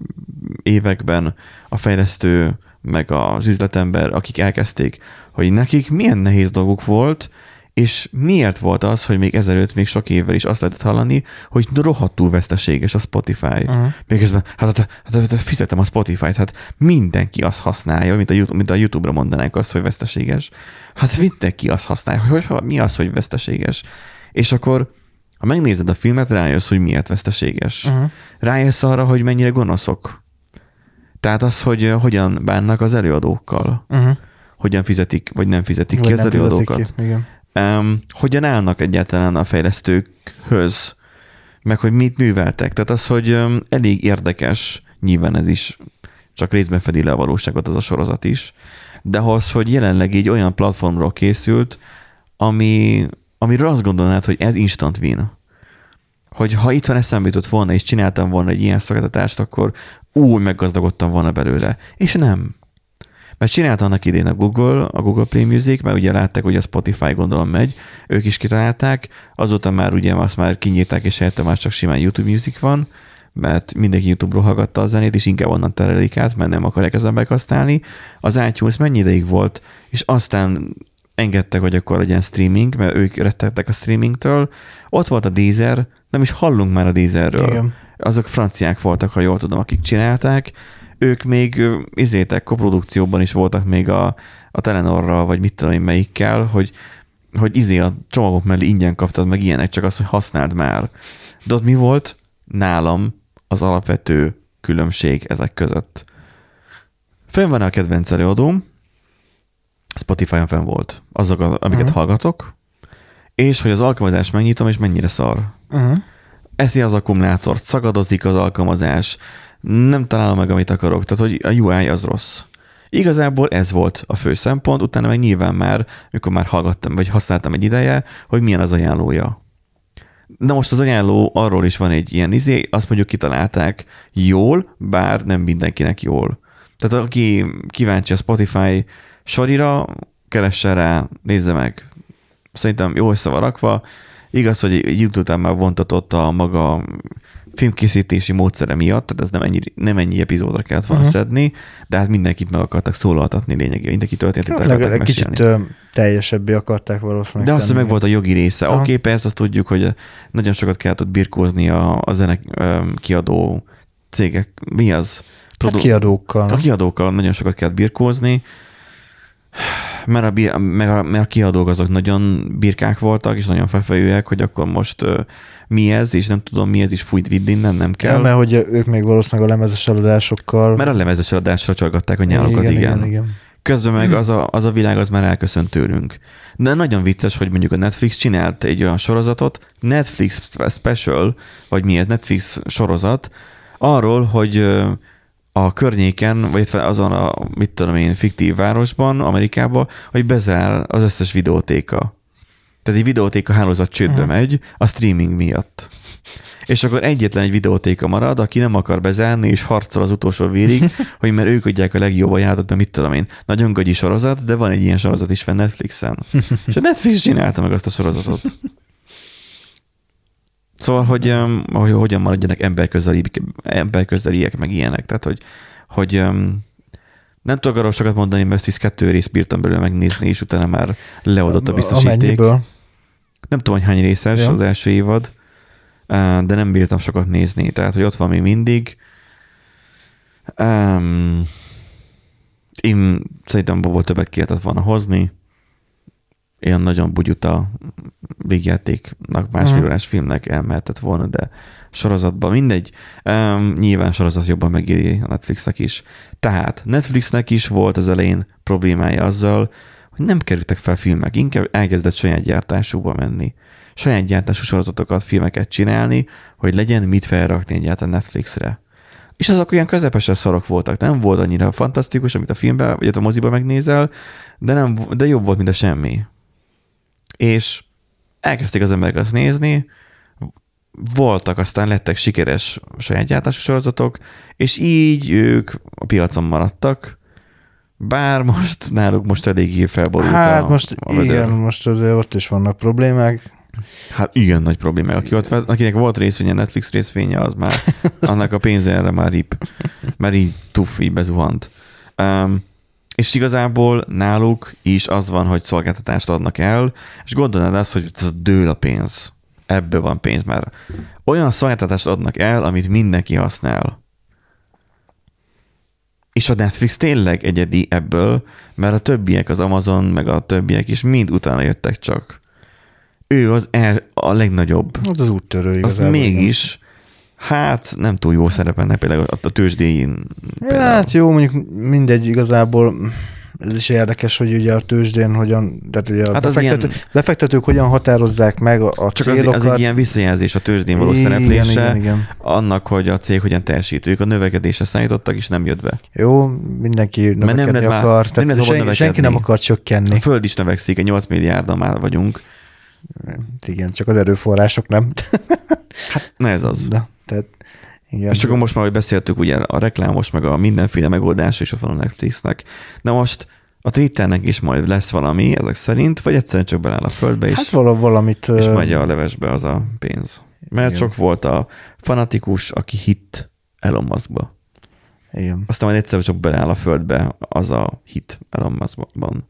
években a fejlesztő, meg az üzletember, akik elkezdték, hogy nekik milyen nehéz dolguk volt, és miért volt az, hogy még ezelőtt, még sok évvel is azt lehetett hallani, hogy rohadtul veszteséges a Spotify. Uh-huh. Még közben, hát, hát, hát, hát fizetem a Spotify-t, hát mindenki azt használja, mint a, YouTube, mint a YouTube-ra mondanánk azt, hogy veszteséges. Hát mindenki azt használja, hogy, hogy mi az, hogy veszteséges. És akkor, ha megnézed a filmet, rájössz, hogy miért veszteséges. Uh-huh. Rájössz arra, hogy mennyire gonoszok. Tehát az, hogy hogyan bánnak az előadókkal. Uh-huh. Hogyan fizetik, vagy nem fizetik vagy ki nem az előadókat. Ki. Igen. Um, hogyan állnak egyáltalán a fejlesztőkhöz, meg hogy mit műveltek. Tehát az, hogy um, elég érdekes, nyilván ez is csak részben fedi le a valóságot az a sorozat is, de az, hogy jelenleg egy olyan platformról készült, ami, amiről azt gondolnád, hogy ez instant win. Hogy ha itt van eszembe jutott volna, és csináltam volna egy ilyen szolgáltatást, akkor úgy meggazdagodtam volna belőle. És nem. Mert csinálta annak idén a Google, a Google Play Music, mert ugye látták, hogy a Spotify gondolom megy, ők is kitalálták, azóta már ugye azt már kinyírták, és helyette már csak simán YouTube Music van, mert mindenki YouTube-ról hallgatta a zenét, és inkább onnan terelik át, mert nem akarják az emberek használni. Az iTunes mennyi ideig volt, és aztán engedtek, hogy akkor legyen streaming, mert ők rettegtek a streamingtől. Ott volt a Deezer, nem is hallunk már a Deezerről. Igen. Azok franciák voltak, ha jól tudom, akik csinálták. Ők még izétek, koprodukcióban is voltak még a, a Telenorral, vagy mit tudom én melyikkel, hogy, hogy izé a csomagok mellé ingyen kaptad meg ilyenek, csak az, hogy használd már. De ott mi volt? Nálam az alapvető különbség ezek között. Fönn van a kedvenc előadóm, Spotify-on fenn volt. Azok, amiket uh-huh. hallgatok, és hogy az alkalmazást megnyitom, és mennyire szar. Uh-huh. Eszi az akkumulátort, szagadozik az alkalmazás, nem találom meg, amit akarok. Tehát, hogy a u i az rossz. Igazából ez volt a fő szempont, utána meg nyilván már, mikor már hallgattam, vagy használtam egy ideje, hogy milyen az ajánlója. De most az ajánló, arról is van egy ilyen izé, azt mondjuk kitalálták jól, bár nem mindenkinek jól. Tehát aki kíváncsi a Spotify sorira, keressen rá, nézze meg. Szerintem jó össze van rakva. Igaz, hogy egy idő után már vontatott a maga filmkészítési módszere miatt, tehát ez nem ennyi, nem ennyi epizódra kellett volna uh-huh. szedni, de hát mindenkit meg akartak szólaltatni lényegében, mindenki történetét hát, akartak mesélni. Kicsit uh, teljesebbé akarták valószínűleg. De azt, hogy meg volt a jogi része. Oké, okay, persze azt tudjuk, hogy nagyon sokat kellett ott birkózni a, a zene kiadó cégek. Mi az? Produ- hát kiadókkal. A kiadókkal nagyon sokat kellett birkózni, mert a, mert, a, mert a kiadók azok nagyon birkák voltak, és nagyon felfejűek, hogy akkor most uh, mi ez, és nem tudom mi ez, is fújt vidd innen, nem kell. Ja, mert hogy ők még valószínűleg a lemezes eladásokkal... Mert a lemezes eladásra csalgatták a nyálokat, igen. igen. igen, igen. Közben meg az a, az a világ az már elköszönt tőlünk. De nagyon vicces, hogy mondjuk a Netflix csinált egy olyan sorozatot, Netflix Special, vagy mi ez, Netflix sorozat, arról, hogy a környéken, vagy azon a, mit tudom én, fiktív városban, Amerikában, hogy bezár az összes videótéka. Tehát egy videótéka hálózat csődbe uh-huh. megy a streaming miatt. És akkor egyetlen egy videótéka marad, aki nem akar bezárni, és harcol az utolsó vérig, hogy mert ők adják a legjobb ajánlatot, mert mit tudom én. Nagyon gagyi sorozat, de van egy ilyen sorozat is fenn Netflixen. És a Netflix csinálta meg azt a sorozatot. Szóval, hogy, um, hogy hogyan maradjanak emberközeliek, emberközeliek, meg ilyenek. Tehát, hogy, hogy um, nem tudok arról sokat mondani, mert ezt kettő részt bírtam belőle megnézni, és utána már leoldott a biztosíték. Amennyiből? Nem tudom, hogy hány részes ja. az első évad, de nem bírtam sokat nézni. Tehát, hogy ott van még mindig. Um, én szerintem Bobot többet kellett volna hozni. ilyen nagyon bugyuta végjátéknak, másfél uh-huh. órás filmnek elmehetett volna, de sorozatban mindegy. Um, nyilván sorozat jobban megéri a Netflixnek is. Tehát Netflixnek is volt az elején problémája azzal, hogy nem kerültek fel filmek, inkább elkezdett saját gyártásúba menni. Saját gyártású sorozatokat, filmeket csinálni, hogy legyen mit felrakni egyáltalán Netflixre. És azok olyan közepesen szarok voltak. Nem volt annyira fantasztikus, amit a filmben, vagy a moziban megnézel, de, nem, de jobb volt, mint a semmi. És elkezdték az emberek azt nézni, voltak, aztán lettek sikeres saját gyártású sorozatok, és így ők a piacon maradtak, bár most náluk most eléggé felborult hát a, most a vödör. Igen, most azért ott is vannak problémák. Hát igen, nagy problémák. Aki ott, akinek volt részvénye, Netflix részvénye, az már annak a pénze erre már rip, mert így tuff, így bezuhant. Um, és igazából náluk is az van, hogy szolgáltatást adnak el, és gondolnád azt, hogy ez dől a pénz. Ebből van pénz, mert olyan szolgáltatást adnak el, amit mindenki használ. És a Netflix tényleg egyedi ebből, mert a többiek, az Amazon, meg a többiek is mind utána jöttek csak. Ő az el, a legnagyobb. Az az úttörő igazából. Az mégis, hát nem túl jó szerepelnek például a tőzsdén. Például. Hát jó, mondjuk mindegy igazából. Ez is érdekes, hogy ugye a tőzsdén hogyan, tehát ugye a hát befektető, ilyen, befektetők hogyan határozzák meg a, a csak célokat. Az, az egy ilyen visszajelzés a tőzsdén való igen, szereplése, igen, igen. annak, hogy a cég hogyan teljesít. Ők a növekedésre számítottak, és nem jött be. Jó, mindenki növekedni nem akar. Már, nem sen, senki nem akar csökkenni. A föld is növekszik, egy nyolc milliárddal már vagyunk. Igen, csak az erőforrások nem. Hát ne ez az. Na, tehát, igen. És csak most már, hogy beszéltük, ugye a reklámos, meg a mindenféle megoldás is ott van a Netflixnek. De most a Twitternek is majd lesz valami, ezek szerint, vagy egyszerűen csak beláll a földbe is. Hát valamit. És megy a levesbe az a pénz. Mert igen. Sok volt a fanatikus, aki hitt Elon Muskba. Igen. Aztán majd egyszerűen csak beláll a földbe az a hit Elon Muskban.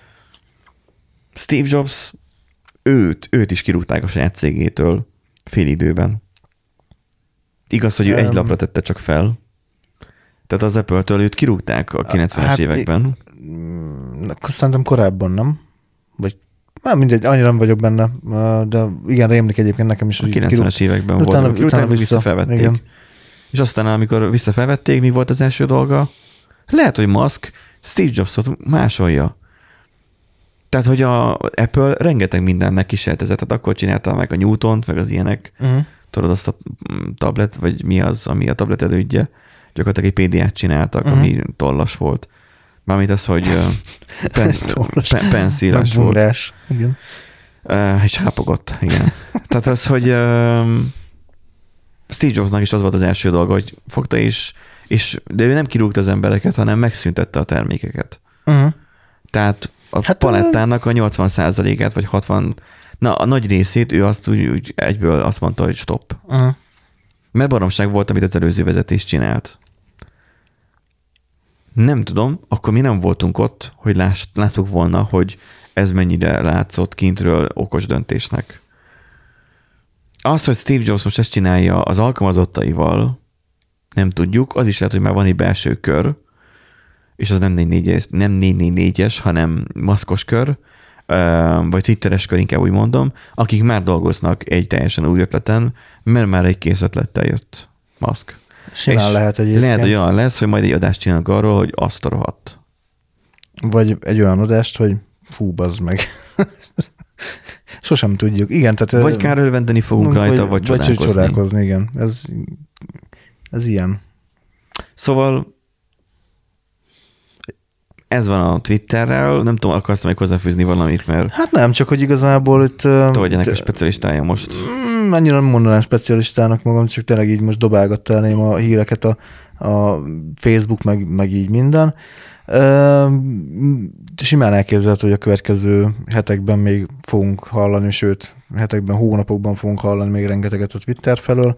Steve Jobs, őt, őt is kirúgták a saját cégétől fél időben. Igaz, hogy ő um, egy lapra tette csak fel. Tehát az Apple-től őt kirúgták a kilencvenes hát, években. Szerintem korábban, nem? Vagy már mindegy, annyira nem vagyok benne, de igen, rémlik egyébként nekem is. A kilencvenes években volt. Utána, utána, utána vissza, visszafelvették. Igen. És aztán, amikor visszafelvették, mi volt az első dolga? Lehet, hogy Musk Steve Jobsot másolja. Tehát, hogy a Apple rengeteg mindennek kísérletezett, tehát akkor csinálta meg a Newtont, meg az ilyenek. Uh-huh. Tudod, azt a tablet, vagy mi az, ami a tablet elődje. Gyakorlatilag egy pé dé á-t csináltak, uh-huh. ami tollas volt. Mármint az, hogy pen, pen, penszíles volt. Igen. Uh, és hápogott, igen. Tehát az, hogy uh, Steve Jobsnak is az volt az első dolga, hogy fogta is, és, de ő nem kirúgta az embereket, hanem megszüntette a termékeket. Uh-huh. Tehát a hát palettának a nyolcvan százalékát, vagy hatvan, na a nagy részét ő azt úgy, úgy egyből azt mondta, hogy stop. Uh-huh. Mert baromság volt, amit az előző vezetés csinált. Nem tudom, akkor mi nem voltunk ott, hogy láss, láttuk volna, hogy ez mennyire látszott kintről okos döntésnek. Az, hogy Steve Jobs most ezt csinálja az alkalmazottaival, nem tudjuk, az is lehet, hogy már van egy belső kör, és az nem négy négyes, nem négy négy négyes, hanem maszkos kör, vagy twitteres kör, inkább úgy mondom, akik már dolgoznak egy teljesen új ötleten, mert már egy kész ötlettel jött Musk. Simán lehet egyébként. Lehet, hogy olyan lesz, hogy majd egy adást csinálnak arról, hogy azt a rohadt. Vagy egy olyan adást, hogy fú, bazd meg. Sosem tudjuk. Igen, tehát... Vagy kár örvendeni fogunk rajta, vagy, vagy csodálkozni. Vagy csodálkozni, igen. Ez, ez ilyen. Szóval ez van a Twitterrel, nem tudom, akarsz még hozzáfűzni valamit, mert... Hát nem, csak hogy igazából itt... Te vagy ennek a specialistája most. Annyira nem mondanám specialistának magam, csak tényleg így most dobálgattalném a híreket a, a Facebook, meg, meg így minden. Simán elképzelhető, hogy a következő hetekben még fogunk hallani, sőt, hetekben, hónapokban fogunk hallani még rengeteget a Twitter felől.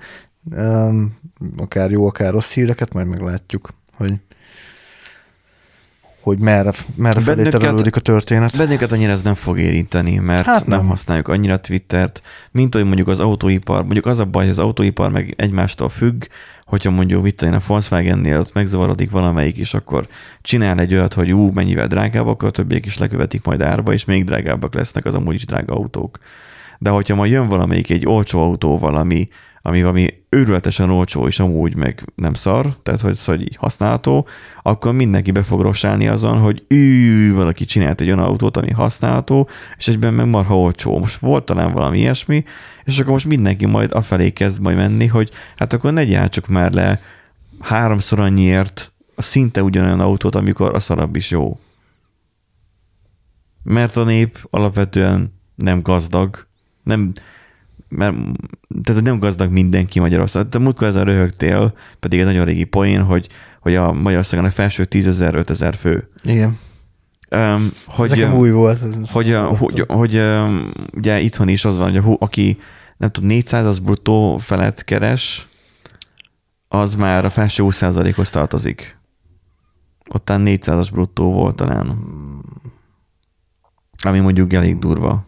Akár jó, akár rossz híreket, majd meglátjuk, hogy hogy merre, merre felé terelődik a történet. Bennünket annyira ez nem fog érinteni, mert hát nem. nem használjuk annyira Twittert, mint hogy mondjuk az autóipar, mondjuk az a baj, hogy az autóipar meg egymástól függ, hogyha mondjuk mit tudom, a Volkswagennél ott megzavarodik valamelyik, és akkor csinál egy olyat, hogy ú, mennyivel drágábbak, akkor a többiek is lekövetik majd árba, és még drágábbak lesznek az amúgy is drága autók. De hogyha majd jön valamelyik egy olcsó autó valami, ami valami őrületesen olcsó, és amúgy meg nem szar, tehát hogy, hogy így használható, akkor mindenki be fog rossálni azon, hogy ő, valaki csinált egy olyan autót, ami használható, és egyben meg marha olcsó. Most volt talán valami ilyesmi, és akkor most mindenki majd afelé kezd majd menni, hogy hát akkor ne gyártsuk már le háromszor annyiért a szinte ugyanolyan autót, amikor a szarabb is jó. Mert a nép alapvetően nem gazdag, nem, mert, tehát nem gazdag mindenki Magyarországon. Tehát múltkor ezen röhögtél, pedig egy nagyon régi poén, hogy, hogy a Magyarországon a felső tízezer, ötezer fő. Igen. Um, hogy, Nekem új volt. Hogy, hogy, hogy, hogy um, ugye itthon is az van, hogy aki nem tudom, négyszáz az bruttó felett keres, az már a felső húsz százalékhoz tartozik. Ottán négyszázas bruttó volt talán. Ami mondjuk elég durva.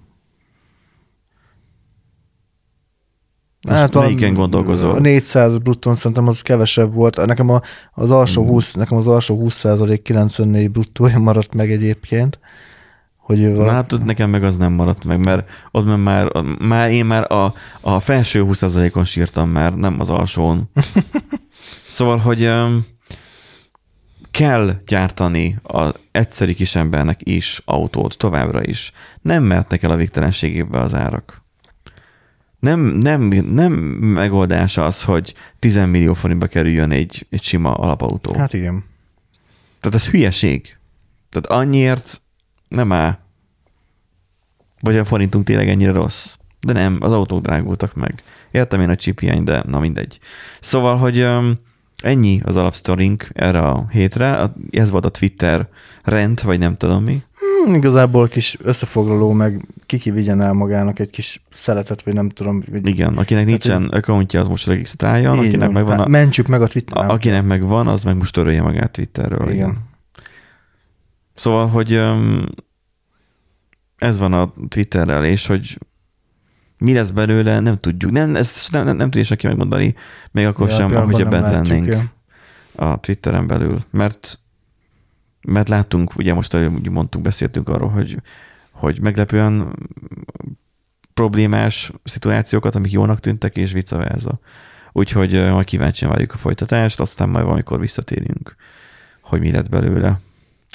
Most hát melyiken gondolkozol? A négyszáz bruttón szerintem az kevesebb volt. Nekem a, az alsó hmm. húsz, nekem az alsó húsz százalék kilencvennégy bruttója maradt meg egyébként. Hogy valaki... Hát nekem meg az nem maradt meg, mert ott már, már én már a, a felső húsz százalékon sírtam már, nem az alsón. Szóval, hogy um, kell gyártani az egyszeri kisembernek is autót továbbra is. Nem mehetnek el a végtelenségébe az árak. Nem, nem, nem megoldás az, hogy tíz millió forintba kerüljön egy, egy sima alapautó. Hát igen. Tehát ez hülyeség. Tehát annyiért nem áll. Vagy a forintunk tényleg ennyire rossz. De nem, az autók drágultak meg. Értem én a chiphiány, de na mindegy. Szóval, hogy um, ennyi az alapsztorink erre a hétre. Ez volt a Twitter rend, vagy nem tudom mi. Hmm, igazából kis összefoglaló, meg kiki vigyen el magának egy kis szeletet, vagy nem tudom. Vagy... Igen, akinek nincsen így... accountja, az most regisztráljon. Akinek van. megvan a... Mentsük meg a Twitteren. Akinek megvan, az meg most törölje magát Twitterről. Igen. igen. Szóval, hogy um, ez van a Twitterrel, és hogy mi lesz belőle, nem tudjuk. Nem, ezt nem, nem, nem tudja senki megmondani, még akkor ja, sem, ahogy bent lennénk ja. a Twitteren belül. Mert, mert láttunk, ugye most úgy mondtuk, beszéltünk arról, hogy, hogy meglepően problémás szituációkat, amik jónak tűntek, és vice versa. Úgyhogy majd kíváncsian várjuk a folytatást, aztán majd valamikor visszatérünk, hogy mi lett belőle.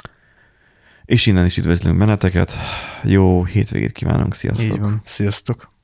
És innen is üdvözlünk benneteket. Jó hétvégét kívánunk, sziasztok! Így van. Sziasztok!